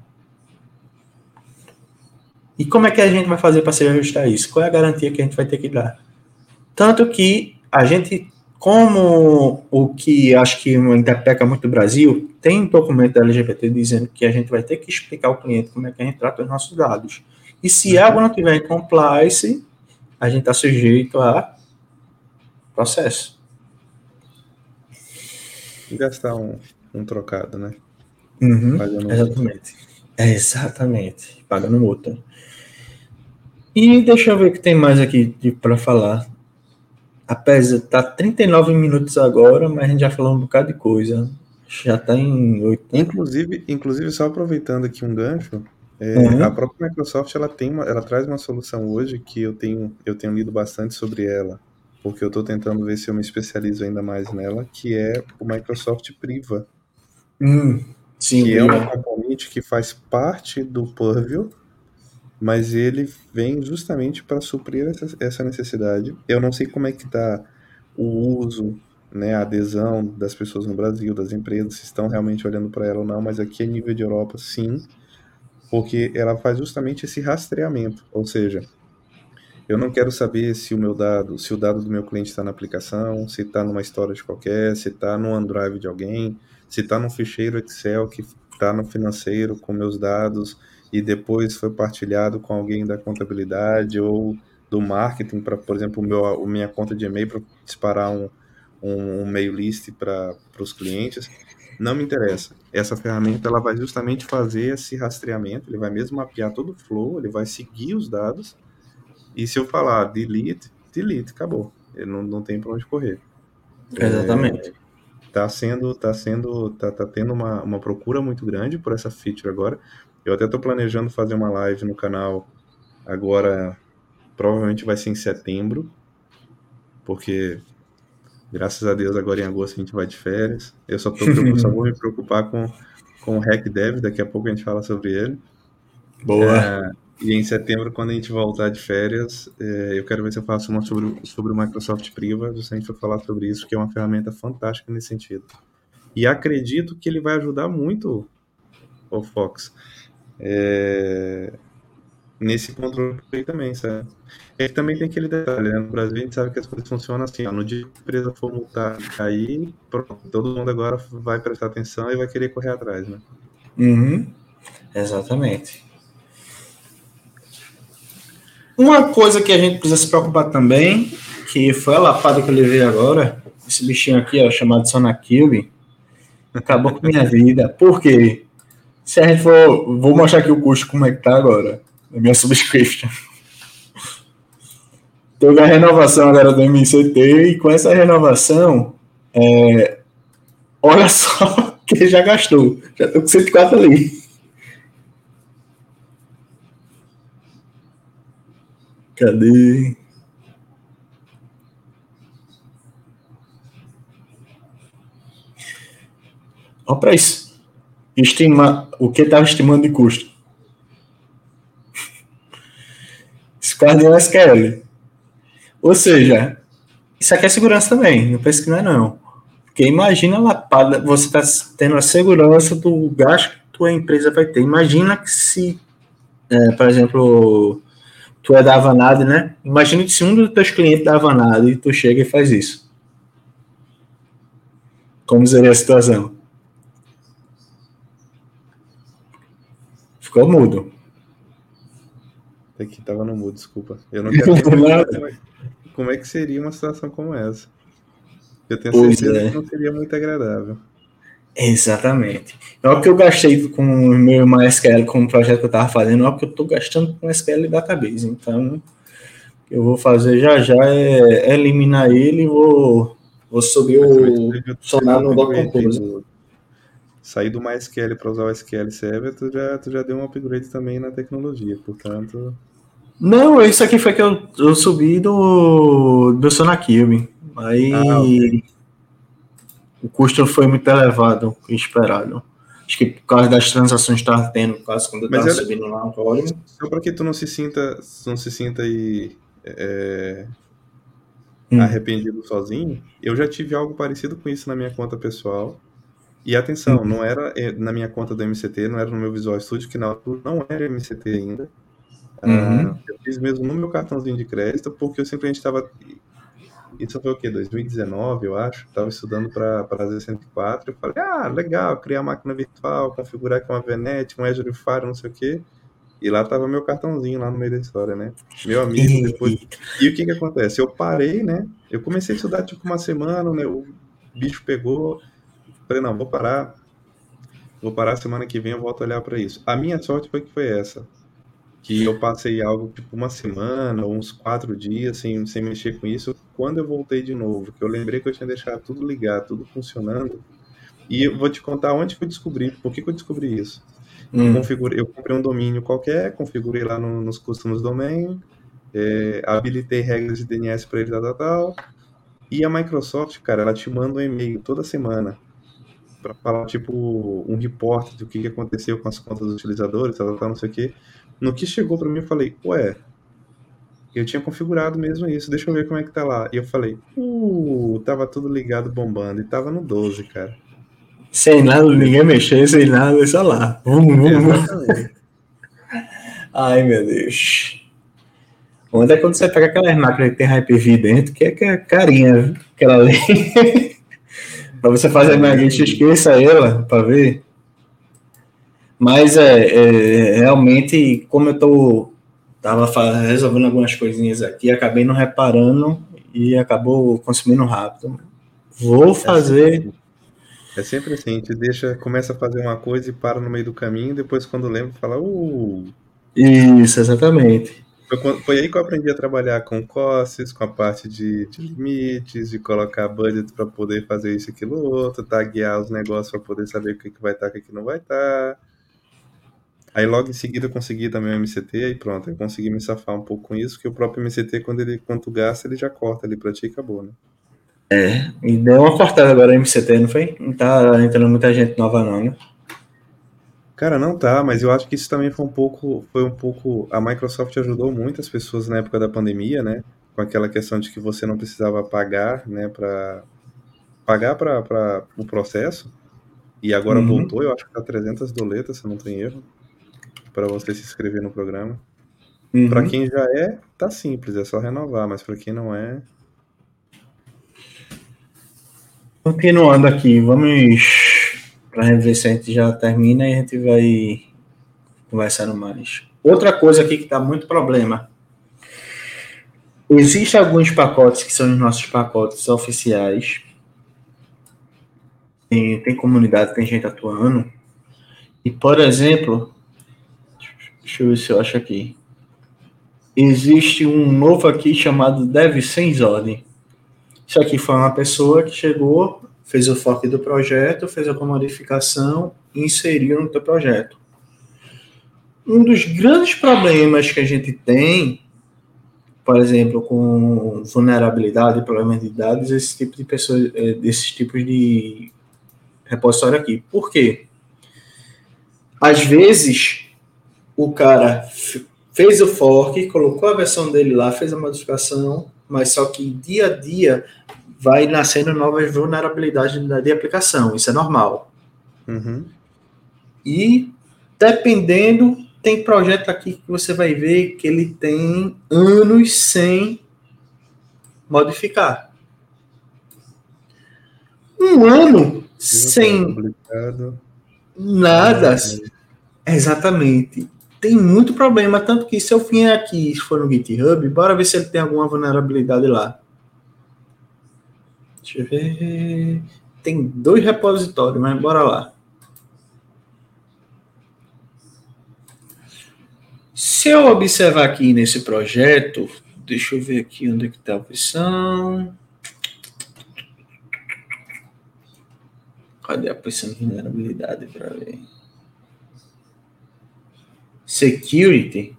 E como é que a gente vai fazer para se ajustar isso? Qual é a garantia que a gente vai ter que dar? Tanto que a gente, como o que acho que ainda peca muito no Brasil, tem um documento da L G P T dizendo que a gente vai ter que explicar ao cliente como é que a gente trata os nossos dados. E se uhum. algo não tiver em compliance, a gente está sujeito a processo. Gastar um, um trocado, né? Uhum, exatamente. É, exatamente. Pagando multa. E deixa eu ver o que tem mais aqui para falar. Apesar de tá trinta e nove minutos agora, mas a gente já falou um bocado de coisa. Já está em oito. Inclusive, inclusive, só aproveitando aqui um gancho, é, uhum. a própria Microsoft ela tem uma, ela traz uma solução hoje que eu tenho, eu tenho lido bastante sobre ela, porque eu estou tentando ver se eu me especializo ainda mais nela, que é o Microsoft Priva. Hum, sim, que é um componente que faz parte do Purview, mas ele vem justamente para suprir essa, essa necessidade. Eu não sei como é que está o uso, né, a adesão das pessoas no Brasil, das empresas, se estão realmente olhando para ela ou não, mas aqui a nível de Europa, sim, porque ela faz justamente esse rastreamento, ou seja, Eu não quero saber se o meu dado, se o dado do meu cliente está na aplicação, se está numa storage qualquer, se está no OneDrive de alguém, se está num ficheiro Excel que está no financeiro com meus dados e depois foi partilhado com alguém da contabilidade ou do marketing para, por exemplo, o meu, a minha conta de e-mail para disparar um, um, um mail list para os clientes. Não me interessa. Essa ferramenta ela vai justamente fazer esse rastreamento, ele vai mesmo mapear todo o flow, ele vai seguir os dados. E se eu falar delete, delete, acabou. Ele não, não tem para onde correr. Exatamente. É, tá sendo, tá sendo, tá, tá tendo uma, uma procura muito grande por essa feature agora. Eu até tô planejando fazer uma live no canal agora, provavelmente vai ser em setembro, porque graças a Deus agora em agosto a gente vai de férias. Eu só, tô, eu só vou me preocupar com, com o HackDev, daqui a pouco a gente fala sobre ele. Boa. É, e em setembro, quando a gente voltar de férias, é, eu quero ver se eu faço uma sobre, sobre o Microsoft Priva, justamente para falar sobre isso, que é uma ferramenta fantástica nesse sentido. E acredito que ele vai ajudar muito o Fox é, nesse controle aí também, sabe? E também tem aquele detalhe, né? No Brasil a gente sabe que as coisas funcionam assim, ó, no dia que a empresa for multar e cair, pronto, todo mundo agora vai prestar atenção e vai querer correr atrás, né? Uhum. Exatamente. Uma coisa que a gente precisa se preocupar também, que foi a lapada que eu levei agora, esse bichinho aqui, ó, chamado Sonakil, acabou com minha vida. Por quê? Se a gente for... Vou mostrar aqui o custo, como é que tá agora, da minha subscription. Teve a renovação agora do M C T, e com essa renovação, é, olha só que ele já gastou. Já tô com cento e quatro ali. Cadê? Olha para isso. Estima, o que estava estimando de custo? Esse quadro é S Q L. Ou seja, isso aqui é segurança também. Não pense que não é não. Porque imagina a lapada, você está tendo a segurança do gasto que tua empresa vai ter. Imagina que se, é, por exemplo, tu é da Avanade, né? Imagina que se um dos teus clientes da Avanade e tu chega e faz isso. Como seria a situação? Ficou mudo. Aqui tava no mudo, desculpa. Eu não quero nem imaginar como é que seria uma situação como essa. Eu tenho Pois certeza é. que não seria muito agradável. Exatamente. Não é o que eu gastei com o meu MySQL, com o projeto que eu estava fazendo, não é o que eu estou gastando com S Q L Database. Então, o que eu vou fazer já já é eliminar ele e vou, vou subir o Sonar no Docker Compose. Do, sair do MySQL para usar o S Q L Server, tu já, tu já deu um upgrade também na tecnologia, portanto... Não, isso aqui foi que eu, eu subi do, do Sonakil. Aí ah, okay. O custo foi muito elevado, esperado. Acho que por causa das transações que estava tendo, por causa quando eu estava subindo lá o código. Só para que tu não se sinta, não se sinta aí, é, hum. arrependido sozinho, eu já tive algo parecido com isso na minha conta pessoal. E atenção, hum. não era na minha conta do M C T, não era no meu Visual Studio, que na não era M C T ainda. Uhum. Uh, eu fiz mesmo no meu cartãozinho de crédito, porque eu simplesmente estava... Isso foi o quê? dois mil e dezenove, eu acho. Estava estudando para a Z cento e quatro. Eu falei, ah, legal, criar máquina virtual, configurar aqui uma V NET, um Azure Fire, não sei o quê. E lá estava meu cartãozinho lá no meio da história, né? Meu amigo, depois... E o que que acontece? Eu parei, né? Eu comecei a estudar tipo uma semana, né? O bicho pegou. Falei, não, vou parar. Vou parar semana que vem, eu volto a olhar para isso. A minha sorte foi que foi essa. Que eu passei algo tipo uma semana, ou uns quatro dias sem, sem mexer com isso. Quando eu voltei de novo, que eu lembrei que eu tinha deixado tudo ligado, tudo funcionando. E eu vou te contar onde que eu descobri, por que que eu descobri isso. Hum. Eu, configurei, eu comprei um domínio qualquer, configurei lá no, nos customs domain, é, habilitei regras de D N S para ele, tal, tal, tal. E a Microsoft, cara, ela te manda um e-mail toda semana para falar, tipo, um report do que, que aconteceu com as contas dos utilizadores, tal, tal, tal, não sei o quê. No que chegou para mim, eu falei, ué, eu tinha configurado mesmo isso, deixa eu ver como é que tá lá. E eu falei, uh, tava tudo ligado, bombando, e tava no doze, cara. Sem nada, ninguém mexer, sem nada, deixa lá. Vum, vum, Exatamente. Ai, meu Deus. Onde é quando você pega aquelas máquinas que tem Hyper-V dentro, que é, que é carinha, aquela ali. Para você fazer na gente, esqueça ela para ver. Mas é, é, realmente, como eu tô tava resolvendo algumas coisinhas aqui, acabei não reparando e acabou consumindo rápido. Vou fazer. É sempre assim, a gente deixa, começa a fazer uma coisa e para no meio do caminho, depois quando lembra, fala, uh. Isso, exatamente. Foi, foi aí que eu aprendi a trabalhar com costes, com a parte de, de limites, de colocar budget para poder fazer isso, aquilo, outro, taguear os negócios para poder saber o que, que vai estar, o que, que não vai estar. Aí logo em seguida eu consegui também o M C T e pronto, eu consegui me safar um pouco com isso, porque o próprio M C T, quando ele quanto gasta, ele já corta ali pra ti e acabou, né? É, e deu uma cortada agora no M C T, não foi? Não tá entrando muita gente nova não, né? Cara, não tá, mas eu acho que isso também foi um pouco, foi um pouco, a Microsoft ajudou muitas pessoas na época da pandemia, né? Com aquela questão de que você não precisava pagar, né, para pagar para o processo. E agora Uhum. voltou, eu acho que tá trezentas doletas, se eu não tenho erro, para você se inscrever no programa. Uhum. Para quem já é, tá simples, é só renovar, mas para quem não é, continuando aqui, vamos para ver se a gente já termina e a gente vai conversando mais. Outra coisa aqui que dá muito problema. Existem alguns pacotes que são os nossos pacotes oficiais. Tem, tem comunidade, tem gente atuando. E, por exemplo, deixa eu ver se eu acho aqui. Existe um novo aqui chamado Dev Sem Ordem. Isso aqui foi uma pessoa que chegou, fez o fork do projeto, fez alguma modificação e inseriu no teu projeto. Um dos grandes problemas que a gente tem, por exemplo, com vulnerabilidade, problemas de dados, esse tipo de pessoas, esses tipos de repositório aqui. Por quê? Às vezes, o cara fez o fork, colocou a versão dele lá, fez a modificação, mas só que dia a dia vai nascendo novas vulnerabilidades de aplicação. Isso é normal. uhum. E, dependendo, tem projeto aqui que você vai ver que ele tem anos sem modificar. Um ano sem publicado. nada. Exatamente. Tem muito problema, tanto que se eu vier aqui, se for no GitHub, bora ver se ele tem alguma vulnerabilidade lá. Deixa eu ver. Tem dois repositórios, mas bora lá. Se eu observar aqui nesse projeto, deixa eu ver aqui onde é que está a opção. Cadê a opção de vulnerabilidade para ver? Security.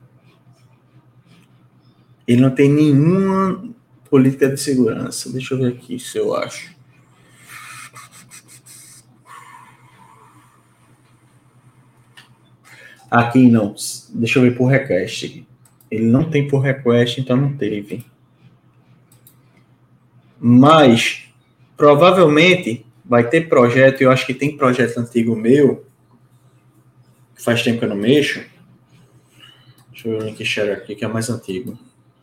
Ele não tem nenhuma política de segurança. Deixa eu ver aqui se eu acho. Aqui não. Deixa eu ver por request. Ele não tem por request, então não teve. Mas, provavelmente, vai ter projeto, eu acho que tem projeto antigo meu, que faz tempo que eu não mexo. Deixa eu ver o link share aqui, que é mais antigo.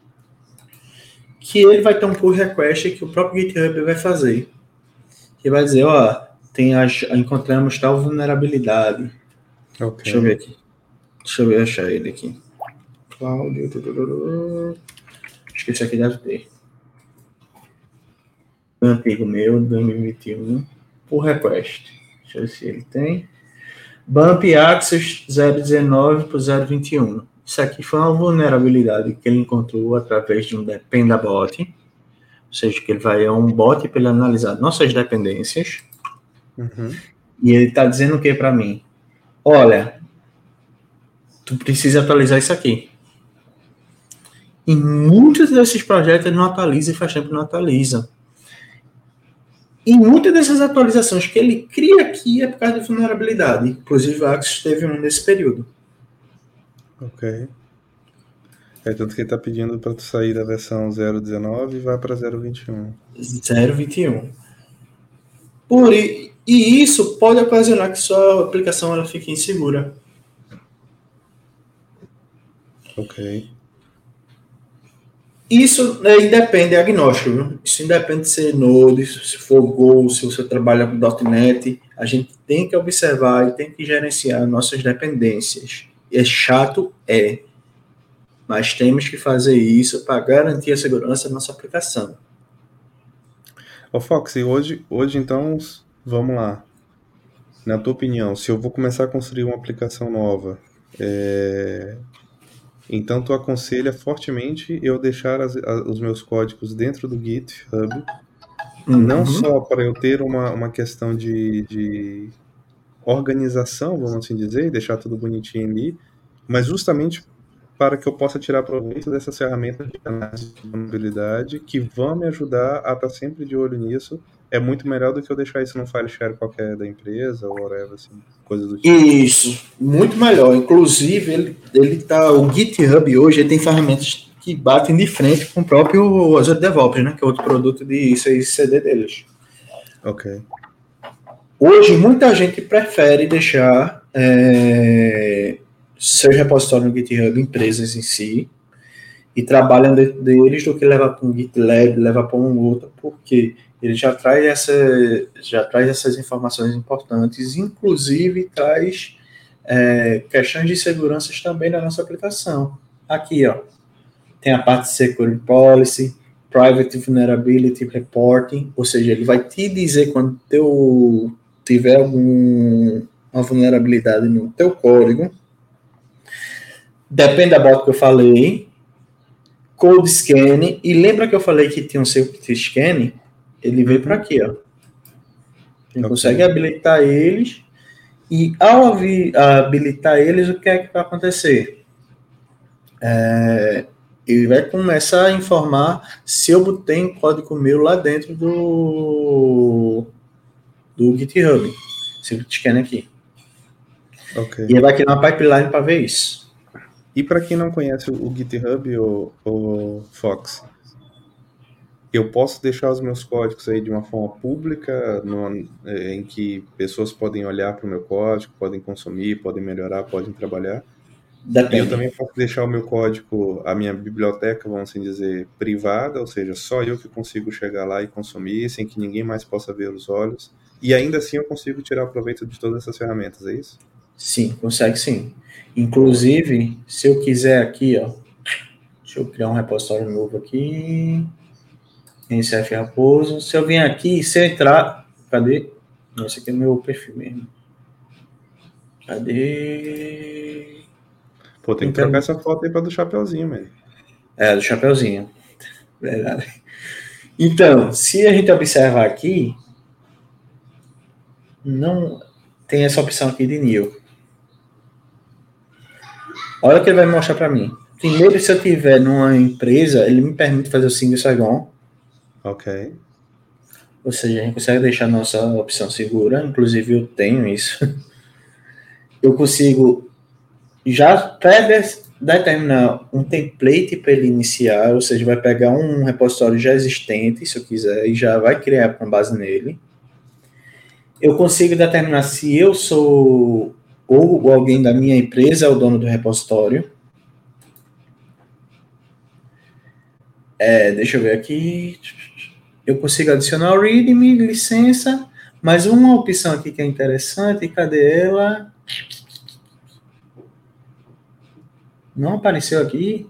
Que ele vai ter um pull request que o próprio GitHub vai fazer. Que vai dizer, ó, tem as, encontramos tal vulnerabilidade. Okay. Deixa eu ver aqui. Deixa eu ver, achar ele aqui. Cláudio. Acho que esse aqui deve ter. Um antigo meu, dois mil e vinte e um. Pull request. Deixa eu ver se ele tem. Bump Access zero dezenove por zero vinte e um. Isso aqui foi uma vulnerabilidade que ele encontrou através de um Dependabot. Ou seja, que ele vai é um bot para ele analisar nossas dependências. Uhum. E ele está dizendo o que para mim? Olha, tu precisa atualizar isso aqui. E muitos desses projetos ele não atualiza e faz tempo que não atualiza. E muitas dessas atualizações que ele cria aqui é por causa de vulnerabilidade. Inclusive, o Axis teve um nesse período. Ok. É tanto que ele está pedindo para tu sair da versão zero dezenove e vai para zero vinte e um. zero vinte e um. Por, e, e isso pode ocasionar que sua aplicação ela fique insegura. Ok. Isso aí depende, é agnóstico, viu? Isso independe de ser Node, se for Go, se você trabalha com .ponto net, a gente tem que observar e tem que gerenciar nossas dependências. É chato? É. Mas temos que fazer isso para garantir a segurança da nossa aplicação. Ô Fox, e hoje, hoje então, vamos lá. Na tua opinião, se eu vou começar a construir uma aplicação nova, é... então tu aconselha fortemente eu deixar as, a, os meus códigos dentro do GitHub, uhum. Não só para eu ter uma, uma questão de, de organização, vamos assim dizer, deixar tudo bonitinho ali, mas justamente para que eu possa tirar proveito dessas ferramentas de análise de vulnerabilidade que vão me ajudar a estar sempre de olho nisso. É muito melhor do que eu deixar isso num file share qualquer da empresa ou whatever, assim, coisa do tipo. Isso, muito melhor. Inclusive, ele, ele tá, o GitHub hoje ele tem ferramentas que batem de frente com o próprio Azure DevOps, né, que é outro produto de C I C D deles. Ok. Hoje, muita gente prefere deixar é, seu repositório no GitHub, empresas em si, e trabalham dentro deles do que levar para um GitLab, levar para um outro, porque ele já traz, essa, já traz essas informações importantes, inclusive traz é, questões de segurança também na nossa aplicação. Aqui, ó, tem a parte de Security Policy, Private Vulnerability Reporting, ou seja, ele vai te dizer quando teu, tiver alguma vulnerabilidade no teu código. Depende da bota que eu falei. Code Scan, e lembra que eu falei que tinha um Security Scan? Ele veio para aqui, ó. A gente okay. consegue habilitar eles, e ao habilitar eles, o que é que vai acontecer? É, ele vai começar a informar se eu botei um código meu lá dentro do, do GitHub. Security Scan aqui. Okay. E ele vai criar uma pipeline para ver isso. E para quem não conhece o GitHub, ou, ou Fox, eu posso deixar os meus códigos aí de uma forma pública, numa, em que pessoas podem olhar para o meu código, podem consumir, podem melhorar, podem trabalhar. Depende. E eu também posso deixar o meu código, a minha biblioteca, vamos assim dizer, privada, ou seja, só eu que consigo chegar lá e consumir, sem que ninguém mais possa ver os olhos. E ainda assim eu consigo tirar proveito de todas essas ferramentas, é isso? Sim, consegue sim. Inclusive, se eu quiser aqui, ó, deixa eu criar um repositório novo aqui, N C F Raposo. Se eu vier aqui, se eu entrar, cadê? Não, esse aqui é meu perfil mesmo. Cadê? Pô, tem que trocar essa foto aí para do Chapeuzinho, velho. É, do Chapeuzinho. Verdade. Então, se a gente observar aqui, não tem essa opção aqui de New. Olha o que ele vai mostrar para mim. Primeiro, se eu estiver numa empresa, ele me permite fazer o single sign-on. Ok. Ou seja, a gente consegue deixar a nossa opção segura. Inclusive, eu tenho isso. Eu consigo já pré-determinar um template para ele iniciar. Ou seja, vai pegar um repositório já existente, se eu quiser, e já vai criar com base nele. Eu consigo determinar se eu sou... ou alguém da minha empresa é o dono do repositório. É, deixa eu ver aqui. Eu consigo adicionar o README, licença, mas uma opção aqui que é interessante, cadê ela? Não apareceu aqui.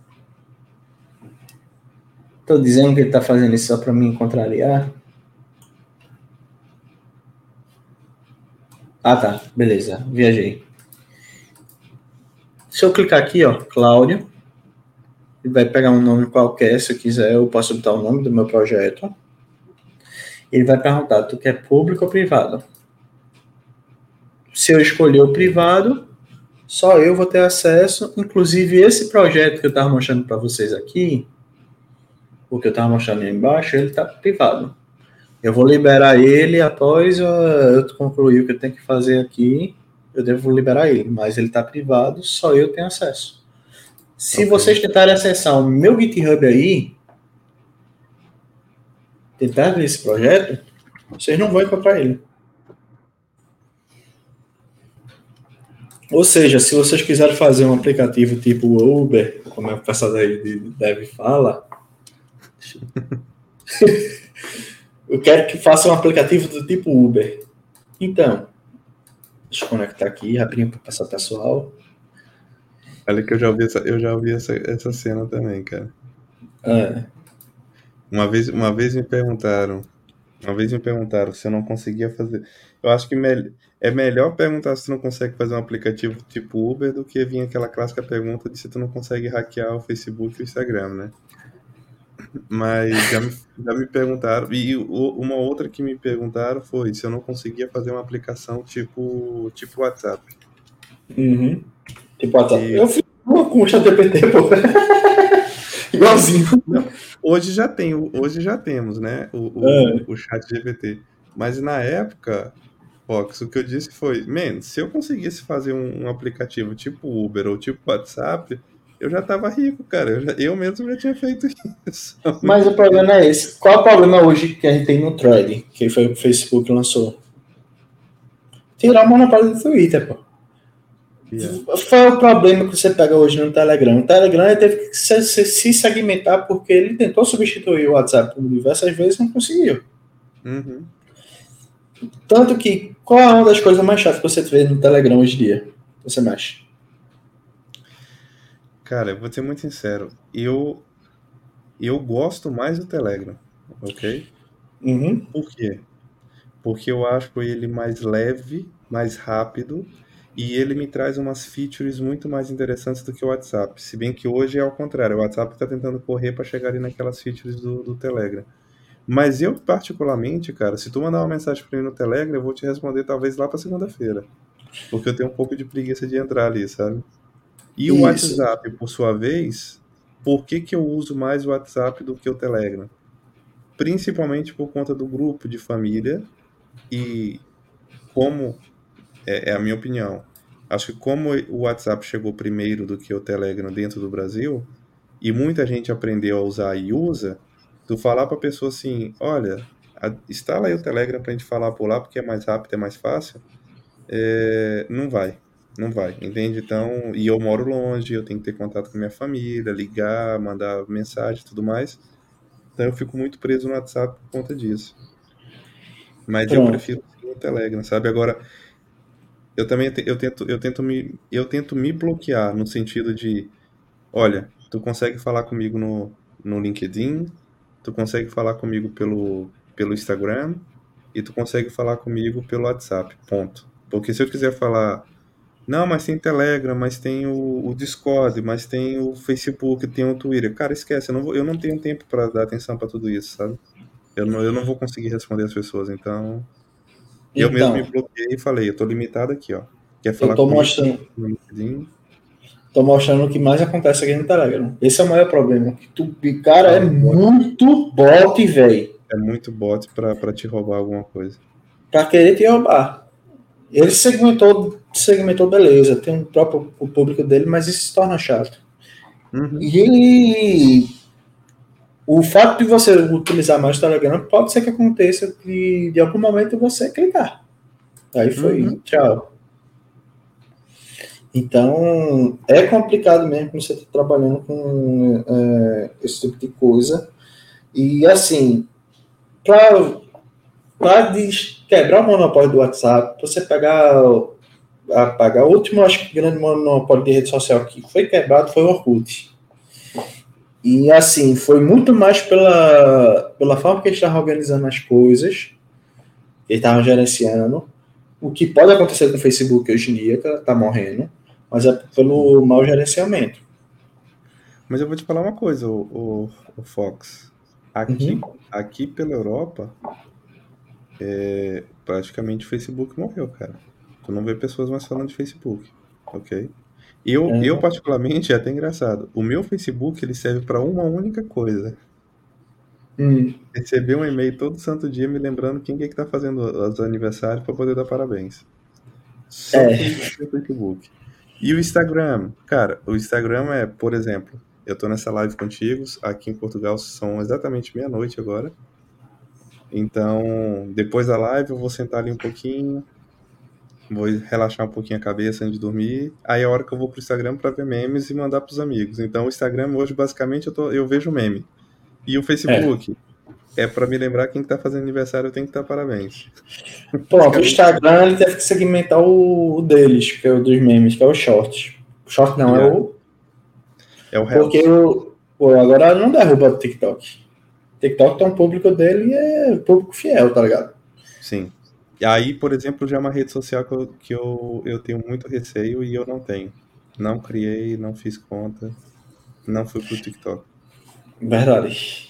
Estou dizendo que ele está fazendo isso só para me contrariar. Ah, tá. Beleza. Viajei. Se eu clicar aqui, ó, Cláudio, ele vai pegar um nome qualquer, se eu quiser, eu posso botar o nome do meu projeto. Ele vai perguntar, tu quer público ou privado? Se eu escolher o privado, só eu vou ter acesso. Inclusive, esse projeto que eu estava mostrando para vocês aqui, o que eu estava mostrando aí embaixo, ele está privado. Eu vou liberar ele após eu concluir o que eu tenho que fazer aqui. Eu devo liberar ele, mas ele está privado, só eu tenho acesso. Se okay. vocês tentarem acessar o meu GitHub aí, tentar ver esse projeto, vocês não vão encontrar ele. Ou seja, se vocês quiserem fazer um aplicativo tipo Uber, como é o pessoal daí deve falar, Eu quero que faça um aplicativo do tipo Uber. Então, deixa eu conectar aqui rapidinho para passar pessoal. Olha que eu já ouvi essa, eu já ouvi essa, essa cena também, cara. É. Uma vez, uma vez me perguntaram, uma vez me perguntaram se eu não conseguia fazer. Eu acho que me, é melhor perguntar se tu não consegue fazer um aplicativo tipo Uber do que vir aquela clássica pergunta de se tu não consegue hackear o Facebook e o Instagram, né? Mas já me, já me perguntaram, e o- uma outra que me perguntaram foi se eu não conseguia fazer uma aplicação tipo, tipo WhatsApp. Uhum. Tipo WhatsApp. E Eu fiz uma com o ChatGPT, pô. Igualzinho. não, hoje já tem, o- hoje já temos, né, o, o, É. o chat G P T. Mas na época, Fox, o que eu disse foi, man, se eu conseguisse fazer um, um aplicativo tipo Uber ou tipo WhatsApp, eu já tava rico, cara. Eu, já- eu mesmo já tinha feito isso há Mas muito o tempo. problema é esse. Qual é o problema hoje que a gente tem no Thread, que foi o que o Facebook lançou? Tirar o monopólio do Twitter, pô. Yeah. Foi o problema que você pega hoje no Telegram. O Telegram ele teve que se, se, se segmentar porque ele tentou substituir o WhatsApp por diversas vezes e não conseguiu. Uhum. Tanto que, qual é uma das coisas mais chatas que você vê no Telegram hoje em dia? Você mexe. Cara, eu vou ser muito sincero. Eu, eu gosto mais do Telegram, ok? Uhum. Por quê? Porque eu acho ele mais leve, mais rápido e ele me traz umas features muito mais interessantes do que o WhatsApp. Se bem que hoje é ao contrário, o WhatsApp está tentando correr para chegar ali naquelas features do, do Telegram. Mas eu, particularmente, cara, se tu mandar uma mensagem para mim no Telegram, eu vou te responder talvez lá para segunda-feira. Porque eu tenho um pouco de preguiça de entrar ali, sabe? E o Isso. WhatsApp, por sua vez, por que que eu uso mais o WhatsApp do que o Telegram? Principalmente por conta do grupo de família e como é, é a minha opinião. Acho que como o WhatsApp chegou primeiro do que o Telegram dentro do Brasil, e muita gente aprendeu a usar e usa, tu falar para a pessoa assim, olha, a- instala aí o Telegram para a gente falar por lá, porque é mais rápido, é mais fácil, é, não vai, não vai, entende? Então, e eu moro longe, eu tenho que ter contato com a minha família, ligar, mandar mensagem e tudo mais, então eu fico muito preso no WhatsApp por conta disso. Mas eu Pronto. prefiro sim o Telegram, sabe? Agora, eu também te- eu tento, eu tento me, eu tento me bloquear no sentido de, olha, tu consegue falar comigo no, no LinkedIn, tu consegue falar comigo pelo, pelo Instagram e tu consegue falar comigo pelo WhatsApp, ponto. Porque se eu quiser falar, não, mas tem Telegram, mas tem o, o Discord, mas tem o Facebook, tem o Twitter. Cara, esquece, eu não vou, eu não tenho tempo para dar atenção para tudo isso, sabe? Eu não, eu não vou conseguir responder as pessoas, então eu mesmo me Então, bloqueei e falei, eu tô limitado aqui, ó. Quer eu falar tô comigo mostrando, no LinkedIn? tô mostrando o que mais acontece aqui no Telegram. Esse é o maior problema. Que tu, cara, é Só bot. muito bot, velho. É muito bot pra, pra te roubar alguma coisa. Pra querer te roubar. Ele segmentou, segmentou, beleza. Tem um próprio o público dele, mas isso se torna chato. Uhum. E o fato de você utilizar mais o Telegram pode ser que aconteça de, de algum momento você clicar. Aí foi, Uhum. tchau. Então, é complicado mesmo quando você está trabalhando com é, esse tipo de coisa. E, assim, para quebrar o monopólio do WhatsApp, você pegar, apagar o último, acho que grande monopólio de rede social que foi quebrado foi o Orkut. E, assim, foi muito mais pela, pela forma que eles estavam organizando as coisas, que eles estavam gerenciando, o que pode acontecer com o Facebook hoje em dia, que está morrendo, mas é Sim. pelo mau gerenciamento. Mas eu vou te falar uma coisa, o, o, o Fox. Uhum. Aqui, aqui pela Europa, é, praticamente o Facebook morreu, cara. Tu não vê pessoas mais falando de Facebook, ok? Eu, eu É. particularmente, é até engraçado. O meu Facebook, ele serve para uma única coisa. Hum. Receber um e-mail todo santo dia me lembrando quem que é que tá fazendo os aniversários para poder dar parabéns. Só por É. isso que eu tenho Facebook. E o Instagram? Cara, o Instagram é, por exemplo, eu tô nessa live contigo, aqui em Portugal são exatamente meia-noite agora. Então, depois da live eu vou sentar ali um pouquinho, vou relaxar um pouquinho a cabeça antes de dormir. Aí é a hora que eu vou pro Instagram para ver memes e mandar pros amigos. Então, o Instagram hoje basicamente eu, tô, eu vejo meme. E o Facebook? É, é para me lembrar quem tá fazendo aniversário, eu tenho que dar parabéns. Pronto, o Instagram ele teve que segmentar o, o deles, que é o dos memes, que é o Shorts. O Short não, Yeah. é o... É o Reels. Porque o, pô, agora não derruba o TikTok. O TikTok tem um público dele e é público fiel, tá ligado? Sim. E aí, por exemplo, já é uma rede social que, eu, que eu, eu tenho muito receio e eu não tenho. Não criei, não fiz conta, não fui pro TikTok. Verdade.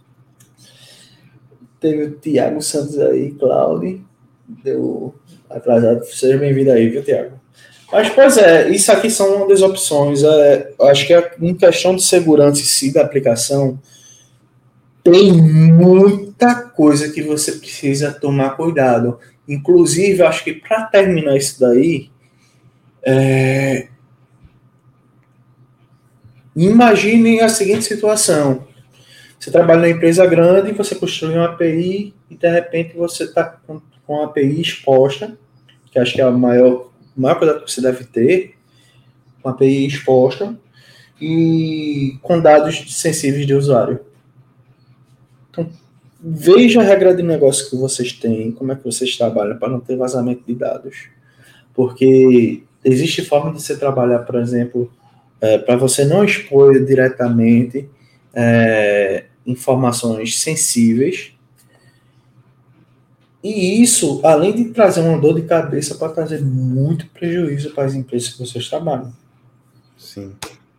Teve o Thiago Santos aí, Claudio. Deu atrasado. Seja bem-vindo aí, viu, Thiago? Mas, pois é, isso aqui são uma das opções. É, eu acho que é, em questão de segurança em si da aplicação, tem muita coisa que você precisa tomar cuidado. Inclusive, eu acho que para terminar isso daí, é... imagine a seguinte situação. Você trabalha numa empresa grande, você construi uma A P I e, de repente, você está com, com a A P I exposta, que acho que é a maior, maior coisa que você deve ter, uma A P I exposta, e com dados sensíveis de usuário. Então, veja a regra de negócio que vocês têm, como é que vocês trabalham para não ter vazamento de dados. Porque existe forma de você trabalhar, por exemplo, é, para você não expor diretamente é, informações sensíveis. E isso, além de trazer uma dor de cabeça, pode trazer muito prejuízo para as empresas que vocês trabalham. Sim.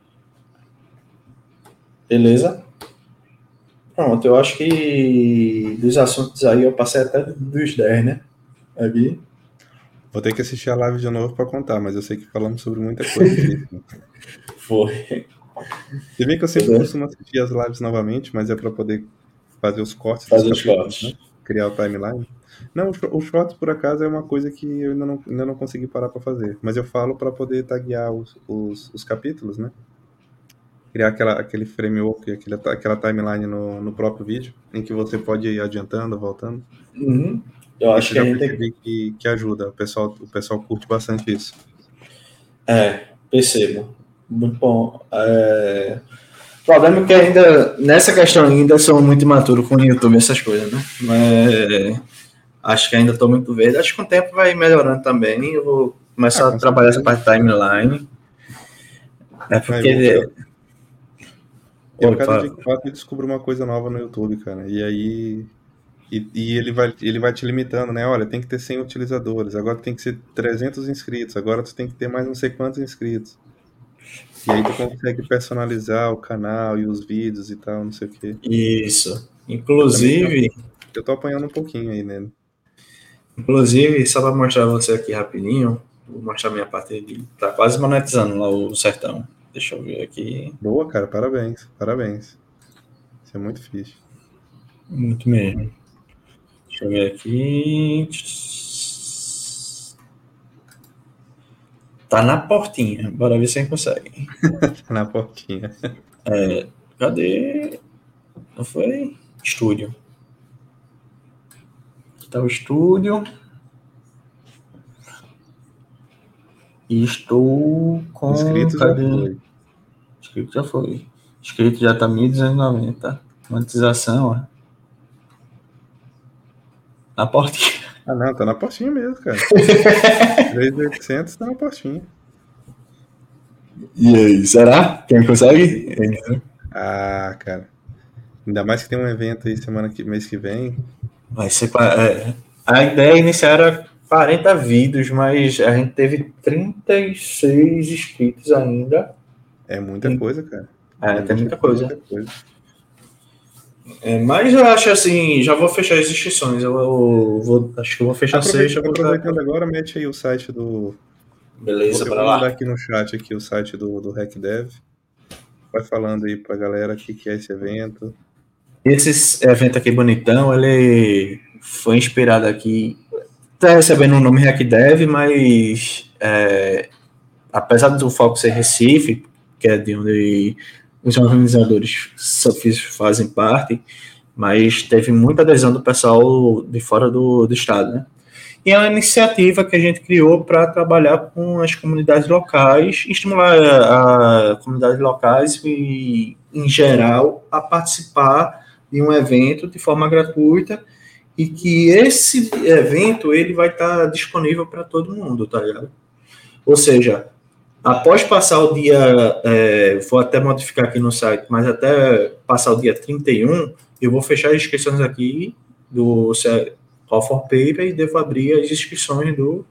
Beleza? Pronto, eu acho que dos assuntos aí eu passei até dos dez, né? Aqui. Vou ter que assistir a live de novo para contar, mas eu sei que falamos sobre muita coisa aqui. Foi. Se bem que eu sempre Foi. costumo assistir as lives novamente, mas é para poder fazer os cortes. Fazer os cortes. Né? Criar o timeline. Não, o shorts, por acaso, é uma coisa que eu ainda não, ainda não consegui parar para fazer. Mas eu falo para poder taguear os, os, os capítulos, né? Criar aquela, aquele framework, aquele, aquela timeline no, no próprio vídeo, em que você pode ir adiantando, voltando. Uhum. Eu acho que eu a já gente percebi que, que ajuda. O pessoal, o pessoal curte bastante isso. É, percebo. Muito bom. É... O problema é que ainda, nessa questão ainda, sou muito imaturo com o YouTube, essas coisas, né? Mas acho que ainda estou muito verde. Acho que com o tempo vai melhorando também. Eu vou começar ah, a trabalhar essa parte de timeline. É porque... Eu, eu, eu cada dia que faço, eu descubro uma coisa nova no YouTube, cara. E aí... E, e ele, vai, ele vai te limitando, né? Olha, tem que ter cem utilizadores, agora tem que ser trezentos inscritos, agora tu tem que ter mais não sei quantos inscritos. E aí tu consegue personalizar o canal e os vídeos e tal, não sei o quê. Isso. Inclusive... Eu, eu tô apanhando um pouquinho aí nele. Inclusive, só para mostrar você aqui rapidinho, vou mostrar minha parte de... Tá quase monetizando lá o Sertão. Deixa eu ver aqui. Boa, cara, parabéns, parabéns. Isso é muito fixe. Muito mesmo. Deixa eu ver aqui. Tá na portinha. Bora ver se a gente consegue. Tá na portinha. É, cadê? Não foi? Estúdio. Aqui tá o estúdio. E estou com... Inscritos cadê? já foi. Inscrito já foi. Inscrito já tá mil duzentos e noventa. Monetização, ó. Na portinha. Ah, não, tá na portinha mesmo, cara. três mil e oitocentos tá na portinha. E aí, será? Quem consegue? É. Ah, cara. Ainda mais que tem um evento aí semana que, mês que vem. Vai ser. É, a ideia inicial era quarenta vídeos, mas a gente teve trinta e seis inscritos ainda. É muita tem, coisa, cara. É, é tem muita coisa. Muita coisa. É, mas eu acho assim, já vou fechar as inscrições. Eu, eu vou, acho que eu vou fechar sexta. Aproveitando agora, mete aí o site do. Beleza, vou, para lá. lá. Vou mandar aqui no chat aqui o site do, do HackDev. Vai falando aí pra galera o que, que é esse evento. Esse evento aqui bonitão, ele foi inspirado aqui. Tá recebendo o nome HackDev, mas é, apesar do foco ser Recife, que é de onde os organizadores fazem parte, mas teve muita adesão do pessoal de fora do, do estado, né? E é uma iniciativa que a gente criou para trabalhar com as comunidades locais, estimular a comunidades locais e, em geral, a participar de um evento de forma gratuita e que esse evento ele vai estar disponível para todo mundo, tá ligado? Ou seja, após passar o dia, é, vou até modificar aqui no site, mas até passar o dia trinta e um, eu vou fechar as inscrições aqui do Call for Paper e devo abrir as inscrições do,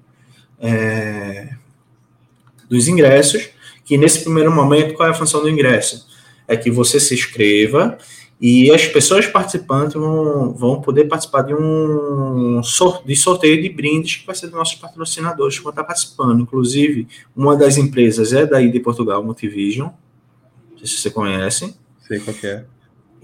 é, dos ingressos, que nesse primeiro momento, qual é a função do ingresso? É que você se inscreva e as pessoas participantes vão, vão poder participar de um de sorteio de brindes que vai ser dos nossos patrocinadores que vão estar participando. Inclusive, uma das empresas é daí de Portugal, Multivision. Não sei se você conhece. Sei qual que é.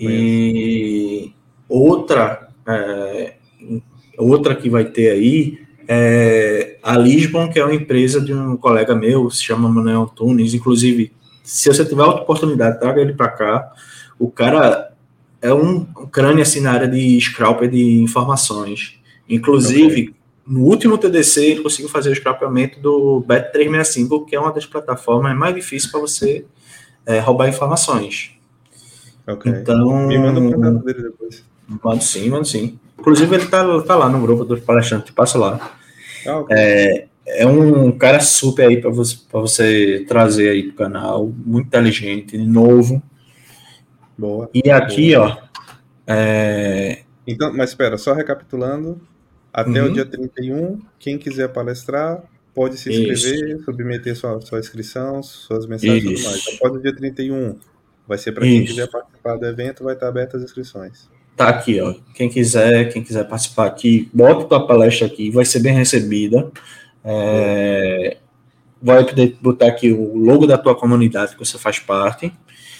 E outra, é, outra que vai ter aí é a Lisbon, que é uma empresa de um colega meu, se chama Manuel Antunes. Inclusive, se você tiver a oportunidade, traga ele para cá. O cara é um, um crânio assim na área de scrapper de informações. Inclusive, okay. No último T D C, ele conseguiu fazer o scrapeamento do B E T trezentos e sessenta e cinco, que é uma das plataformas mais difíceis para você é, roubar informações. Ok. Então, me manda o contato dele depois. Mando sim, mando sim. Inclusive, ele tá, tá lá no grupo dos palestrantes, passa lá. Ah, okay. É, é um cara super aí para você, para você trazer aí pro canal, muito inteligente, novo. Boa. E aqui, boa. ó. É... Então, mas espera, só recapitulando. Até uhum. o dia trinta e um, quem quiser palestrar, pode se inscrever, Isso. submeter sua, sua inscrição, suas mensagens e tudo mais. Após o dia trinta e um, vai ser para quem quiser participar do evento, vai estar abertas as inscrições. Tá aqui, ó. Quem quiser, quem quiser participar aqui, bota tua palestra aqui, vai ser bem recebida. É... Vai poder botar aqui o logo da tua comunidade que você faz parte.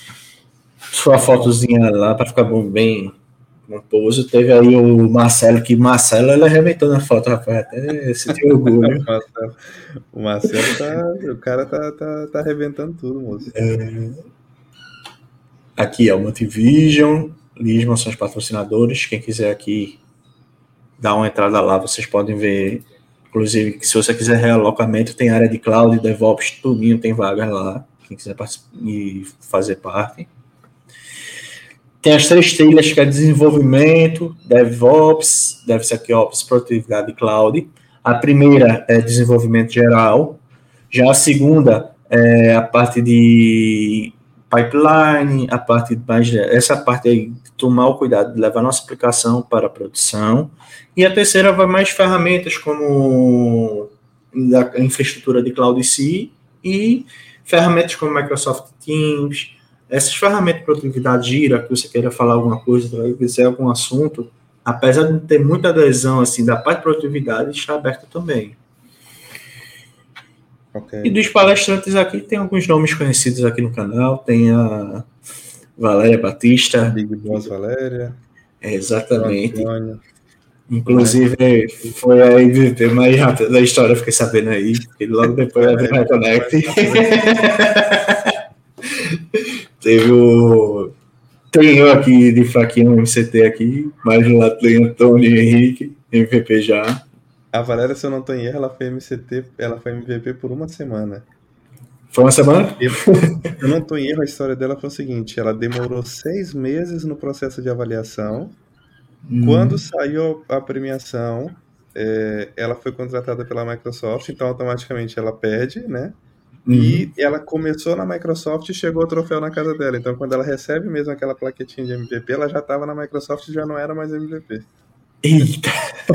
Sua fotozinha lá para ficar bem composto. Teve aí o Marcelo, que Marcelo ele arrebentou na foto, rapaz, até senti orgulho. O Marcelo tá, o cara tá, tá, tá arrebentando tudo, moço. É... Aqui, ó, Multivision, Lisbon são os patrocinadores. Quem quiser aqui dar uma entrada lá, vocês podem ver. Inclusive, se você quiser realocamento, tem área de cloud, DevOps, tudinho, tem vagas lá. Quem quiser e fazer parte. Tem as três trilhas, que é desenvolvimento, DevOps, DevSecOps, produtividade e cloud. A primeira é desenvolvimento geral. Já a segunda é a parte de pipeline, a parte mais, essa parte aí, tomar o cuidado de levar nossa aplicação para a produção. E a terceira vai mais ferramentas como a infraestrutura de cloud em si e ferramentas como Microsoft Teams. Essas ferramentas de produtividade gira, que você queira falar alguma coisa, quiser algum assunto, apesar de não ter muita adesão assim, da parte de produtividade, está aberta também. Okay. E dos palestrantes aqui, tem alguns nomes conhecidos aqui no canal, tem a Valéria Batista. Big Boss Valéria. É, exatamente. Inclusive, é. Foi a M V P mais rápida da história, fiquei sabendo aí, e logo depois é, a Reconnect. Teve o... Tem eu aqui de fraquinho no M C T aqui, mas no lado tem Antônio e Henrique, M V P já. A Valéria, se eu não estou em erro, ela foi M C T, ela foi M V P por uma semana. Foi uma semana? Eu, eu não estou em erro, a história dela foi o seguinte, ela demorou seis meses no processo de avaliação. Hum. Quando saiu a premiação, é, ela foi contratada pela Microsoft, então automaticamente ela pede, né? Uhum. E ela começou na Microsoft e chegou o troféu na casa dela. Então, quando ela recebe mesmo aquela plaquetinha de M V P, ela já estava na Microsoft e já não era mais M V P. Eita!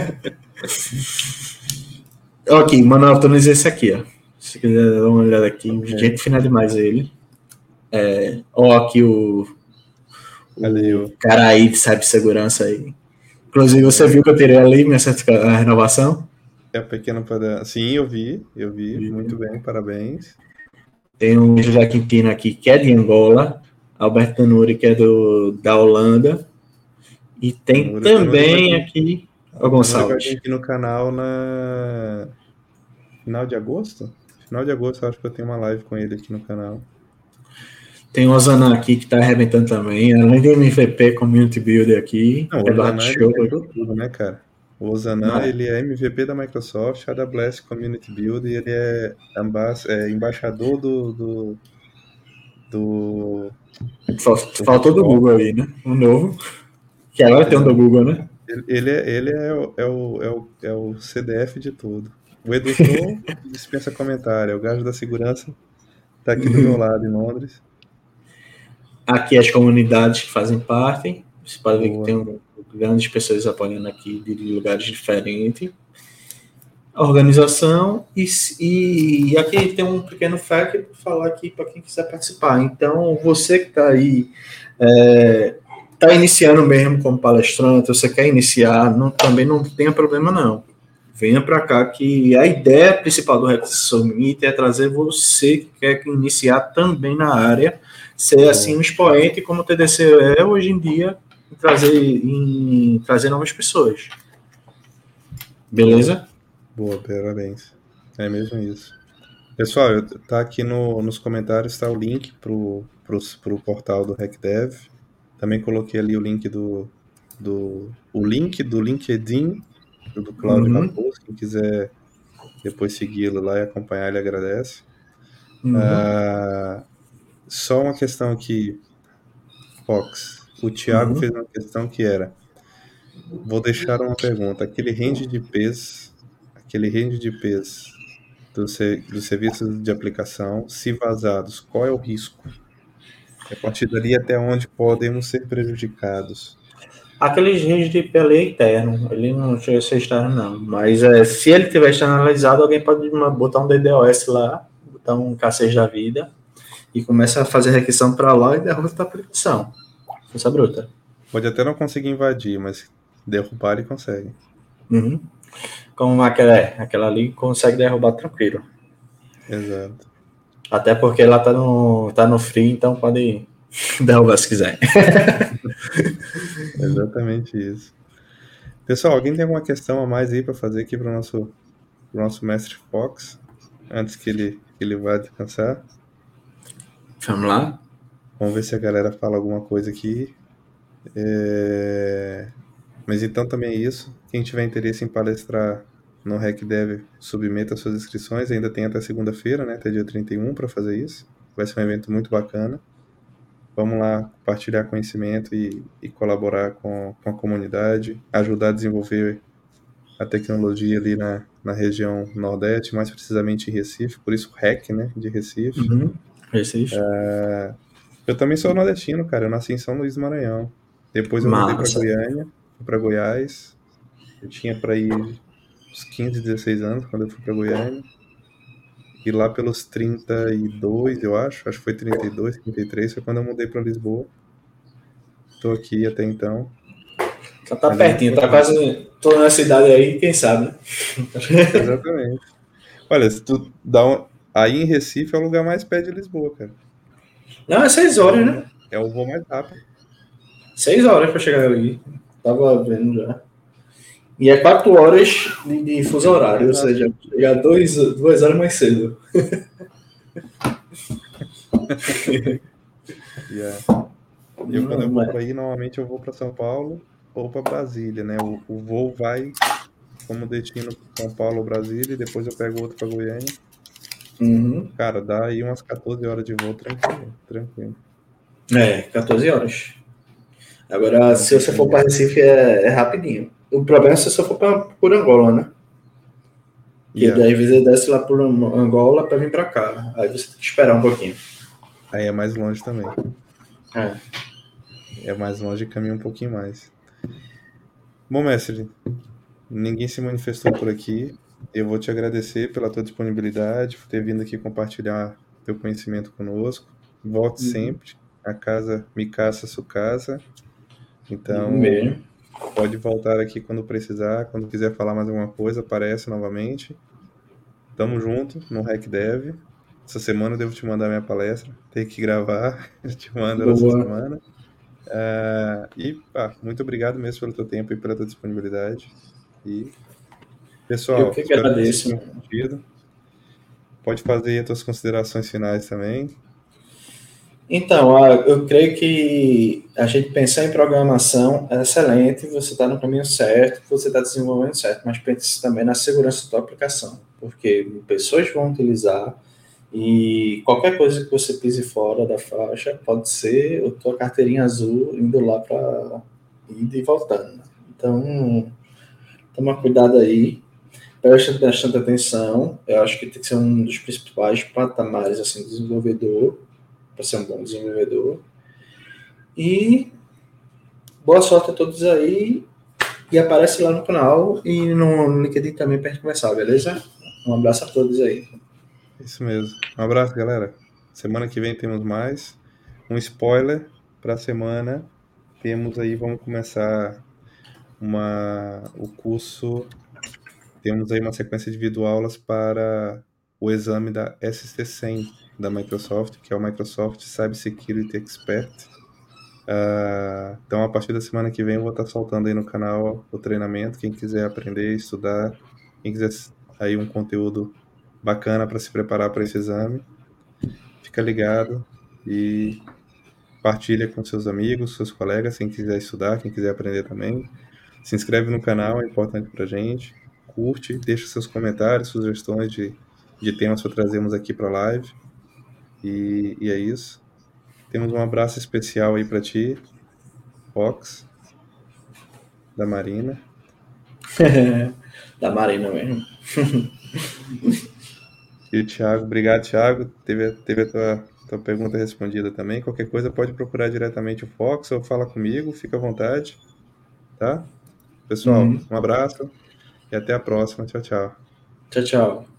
Ok, Manuel Antunes, esse aqui, ó. Se você quiser dar uma olhada aqui, okay. Gente fina demais ele. É, ó, aqui o, o cara aí de cibersegurança aí. Inclusive, você é. viu que eu tirei ali minha certificação, a renovação? É pequeno para. Sim, eu vi, eu vi, vi. Muito bem, parabéns. Tem o José Quintino aqui, que é de Angola, Alberto Tanuri, que é do, da Holanda, e tem Tanuri, também Tanuri aqui o Gonçalves. Aqui no canal na final de agosto? Final de agosto, eu acho que eu tenho uma live com ele aqui no canal. Tem o Ozana aqui que tá arrebentando também, além de M V P Community Builder aqui. Não, o Ozana ele tudo, né, cara? O Ozana, ele é M V P da Microsoft, A W S Community Builder, e ele é, ambass- é embaixador do... do, do Faltou do Google aí, né? O novo. Que agora tem um do Google, né? Ele, ele, é, ele é, o, é, o, é, o, é o C D F de tudo. O edutor dispensa comentário, é o gajo da segurança tá aqui do meu lado em Londres. Aqui as comunidades que fazem parte. Você pode ver Boa. que tem grandes pessoas apoiando aqui de lugares diferentes. A organização e, e, e aqui tem um pequeno fact para falar aqui para quem quiser participar. Então, você que está aí, está é, iniciando mesmo como palestrante, você quer iniciar, não, também não tenha problema não. Venha para cá que a ideia principal do Hack Summit é trazer você que quer iniciar também na área, ser assim um expoente como o T D C é hoje em dia, em trazer, em trazer novas pessoas. Beleza? Boa, parabéns. É mesmo isso. Pessoal, eu, tá aqui no, nos comentários está o link pro, pro, pro portal do HackDev. Também coloquei ali o link do, do o link do LinkedIn do, do Cláudio uhum. Raposo. Quem quiser depois segui-lo lá e acompanhar, ele agradece. Uhum. Uh, só uma questão aqui, Fox. O Thiago uhum. fez uma questão que era: vou deixar uma pergunta. Aquele range de peso, aquele range de peso dos, dos serviços de aplicação, se vazados, qual é o risco? A partir dali até onde podemos ser prejudicados? Aquele range de I P é interno, ele não chega a ser externo não, mas é, se ele tiver externalizado, alguém pode botar um D DoS lá, botar um K seis da vida e começa a fazer requisição para lá e derruba a aplicação. Força bruta. Pode até não conseguir invadir, mas derrubar ele consegue. Uhum. Como aquela, aquela ali consegue derrubar tranquilo. Exato. Até porque ela tá no, tá no free, então pode derrubar se quiser. Exatamente isso. Pessoal, alguém tem alguma questão a mais aí para fazer aqui para o nosso, pro nosso mestre Fox, antes que ele, que ele vá descansar? Vamos lá. Vamos ver se a galera fala alguma coisa aqui. É... Mas então também é isso. Quem tiver interesse em palestrar no HackDev, submeta suas inscrições. Ainda tem até segunda-feira, né? Até dia trinta e um para fazer isso. Vai ser um evento muito bacana. Vamos lá compartilhar conhecimento e, e colaborar com, com a comunidade, ajudar a desenvolver a tecnologia ali na, na região Nordeste, mais precisamente em Recife, por isso Hack, né, de Recife. Uhum. Recife. É, eu também sou nordestino, cara, eu nasci em São Luís do Maranhão. Depois eu mudei para Goiânia, para Goiás. Eu tinha para ir uns quinze, dezesseis anos quando eu fui para Goiânia. E lá pelos trinta e dois, eu acho, acho que foi trinta e dois, trinta e três, foi quando eu mudei para Lisboa. Tô aqui até então. Já tá pertinho, tá quase. Tô na cidade aí, quem sabe, né? Exatamente. Olha, se tu dá um... aí em Recife é o lugar mais perto de Lisboa, cara. Não, é seis horas, né? É o voo mais rápido. Seis horas pra chegar ali. Tava vendo já. E é quatro horas de, de fuso horário, ou seja, chegar dois, duas horas mais cedo. Yeah. Eu, quando eu vou para aí, normalmente eu vou para São Paulo ou para Brasília, né? O, o voo vai como destino São Paulo ou Brasília e depois eu pego outro para Goiânia. Uhum. Cara, dá aí umas quatorze horas de voo tranquilo. tranquilo. É, quatorze horas. Agora, é, se você for para Recife, é, é rapidinho. O problema é se você for pra, por Angola, né? Porque yeah. Daí você desce lá por Angola para vir para cá. Aí você tem que esperar um pouquinho. Aí é mais longe também. É. É mais longe e caminha um pouquinho mais. Bom, mestre, ninguém se manifestou por aqui. Eu vou te agradecer pela tua disponibilidade, por ter vindo aqui compartilhar teu conhecimento conosco. Volte uhum. sempre. A casa me caça, sua casa. Então, uhum. pode voltar aqui quando precisar. Quando quiser falar mais alguma coisa, aparece novamente. Tamo junto no HackDev. Essa semana eu devo te mandar minha palestra. Tem que gravar. Eu te mando essa semana. Uh, e pá, muito obrigado mesmo pelo teu tempo e pela tua disponibilidade. E pessoal, eu que agradeço. Que pode fazer as tuas considerações finais também. Então, eu creio que a gente pensar em programação é excelente, você está no caminho certo, você está desenvolvendo certo, mas pense também na segurança da tua aplicação, porque pessoas vão utilizar e qualquer coisa que você pise fora da faixa pode ser a tua carteirinha azul indo lá para indo e voltando. Então, toma cuidado aí, preste bastante atenção. Eu acho que tem que ser um dos principais patamares assim, do desenvolvedor, para ser um bom desenvolvedor. E boa sorte a todos aí. E aparece lá no canal e no LinkedIn também para gente conversar, beleza? Um abraço a todos aí. Isso mesmo. Um abraço, galera. Semana que vem temos mais. Um spoiler para a semana. Temos aí, vamos começar uma, o curso. Temos aí uma sequência de videoaulas para o exame da S C cem da Microsoft, que é o Microsoft Cybersecurity Expert. Uh, então, a partir da semana que vem, eu vou estar soltando aí no canal o treinamento. Quem quiser aprender, estudar, quem quiser aí um conteúdo bacana para se preparar para esse exame, fica ligado e partilha com seus amigos, seus colegas, quem quiser estudar, quem quiser aprender também. Se inscreve no canal, é importante para a gente. Curte, deixa seus comentários, sugestões de, de temas para trazermos aqui para a live. E, e é isso. Temos um abraço especial aí para ti, Fox, da Marina. Da Marina mesmo. E o Thiago, obrigado, Thiago. Teve, teve a tua, tua pergunta respondida também. Qualquer coisa pode procurar diretamente o Fox ou fala comigo, fica à vontade. Tá? Pessoal, Uhum. um abraço e até a próxima. Tchau, tchau. Tchau, tchau.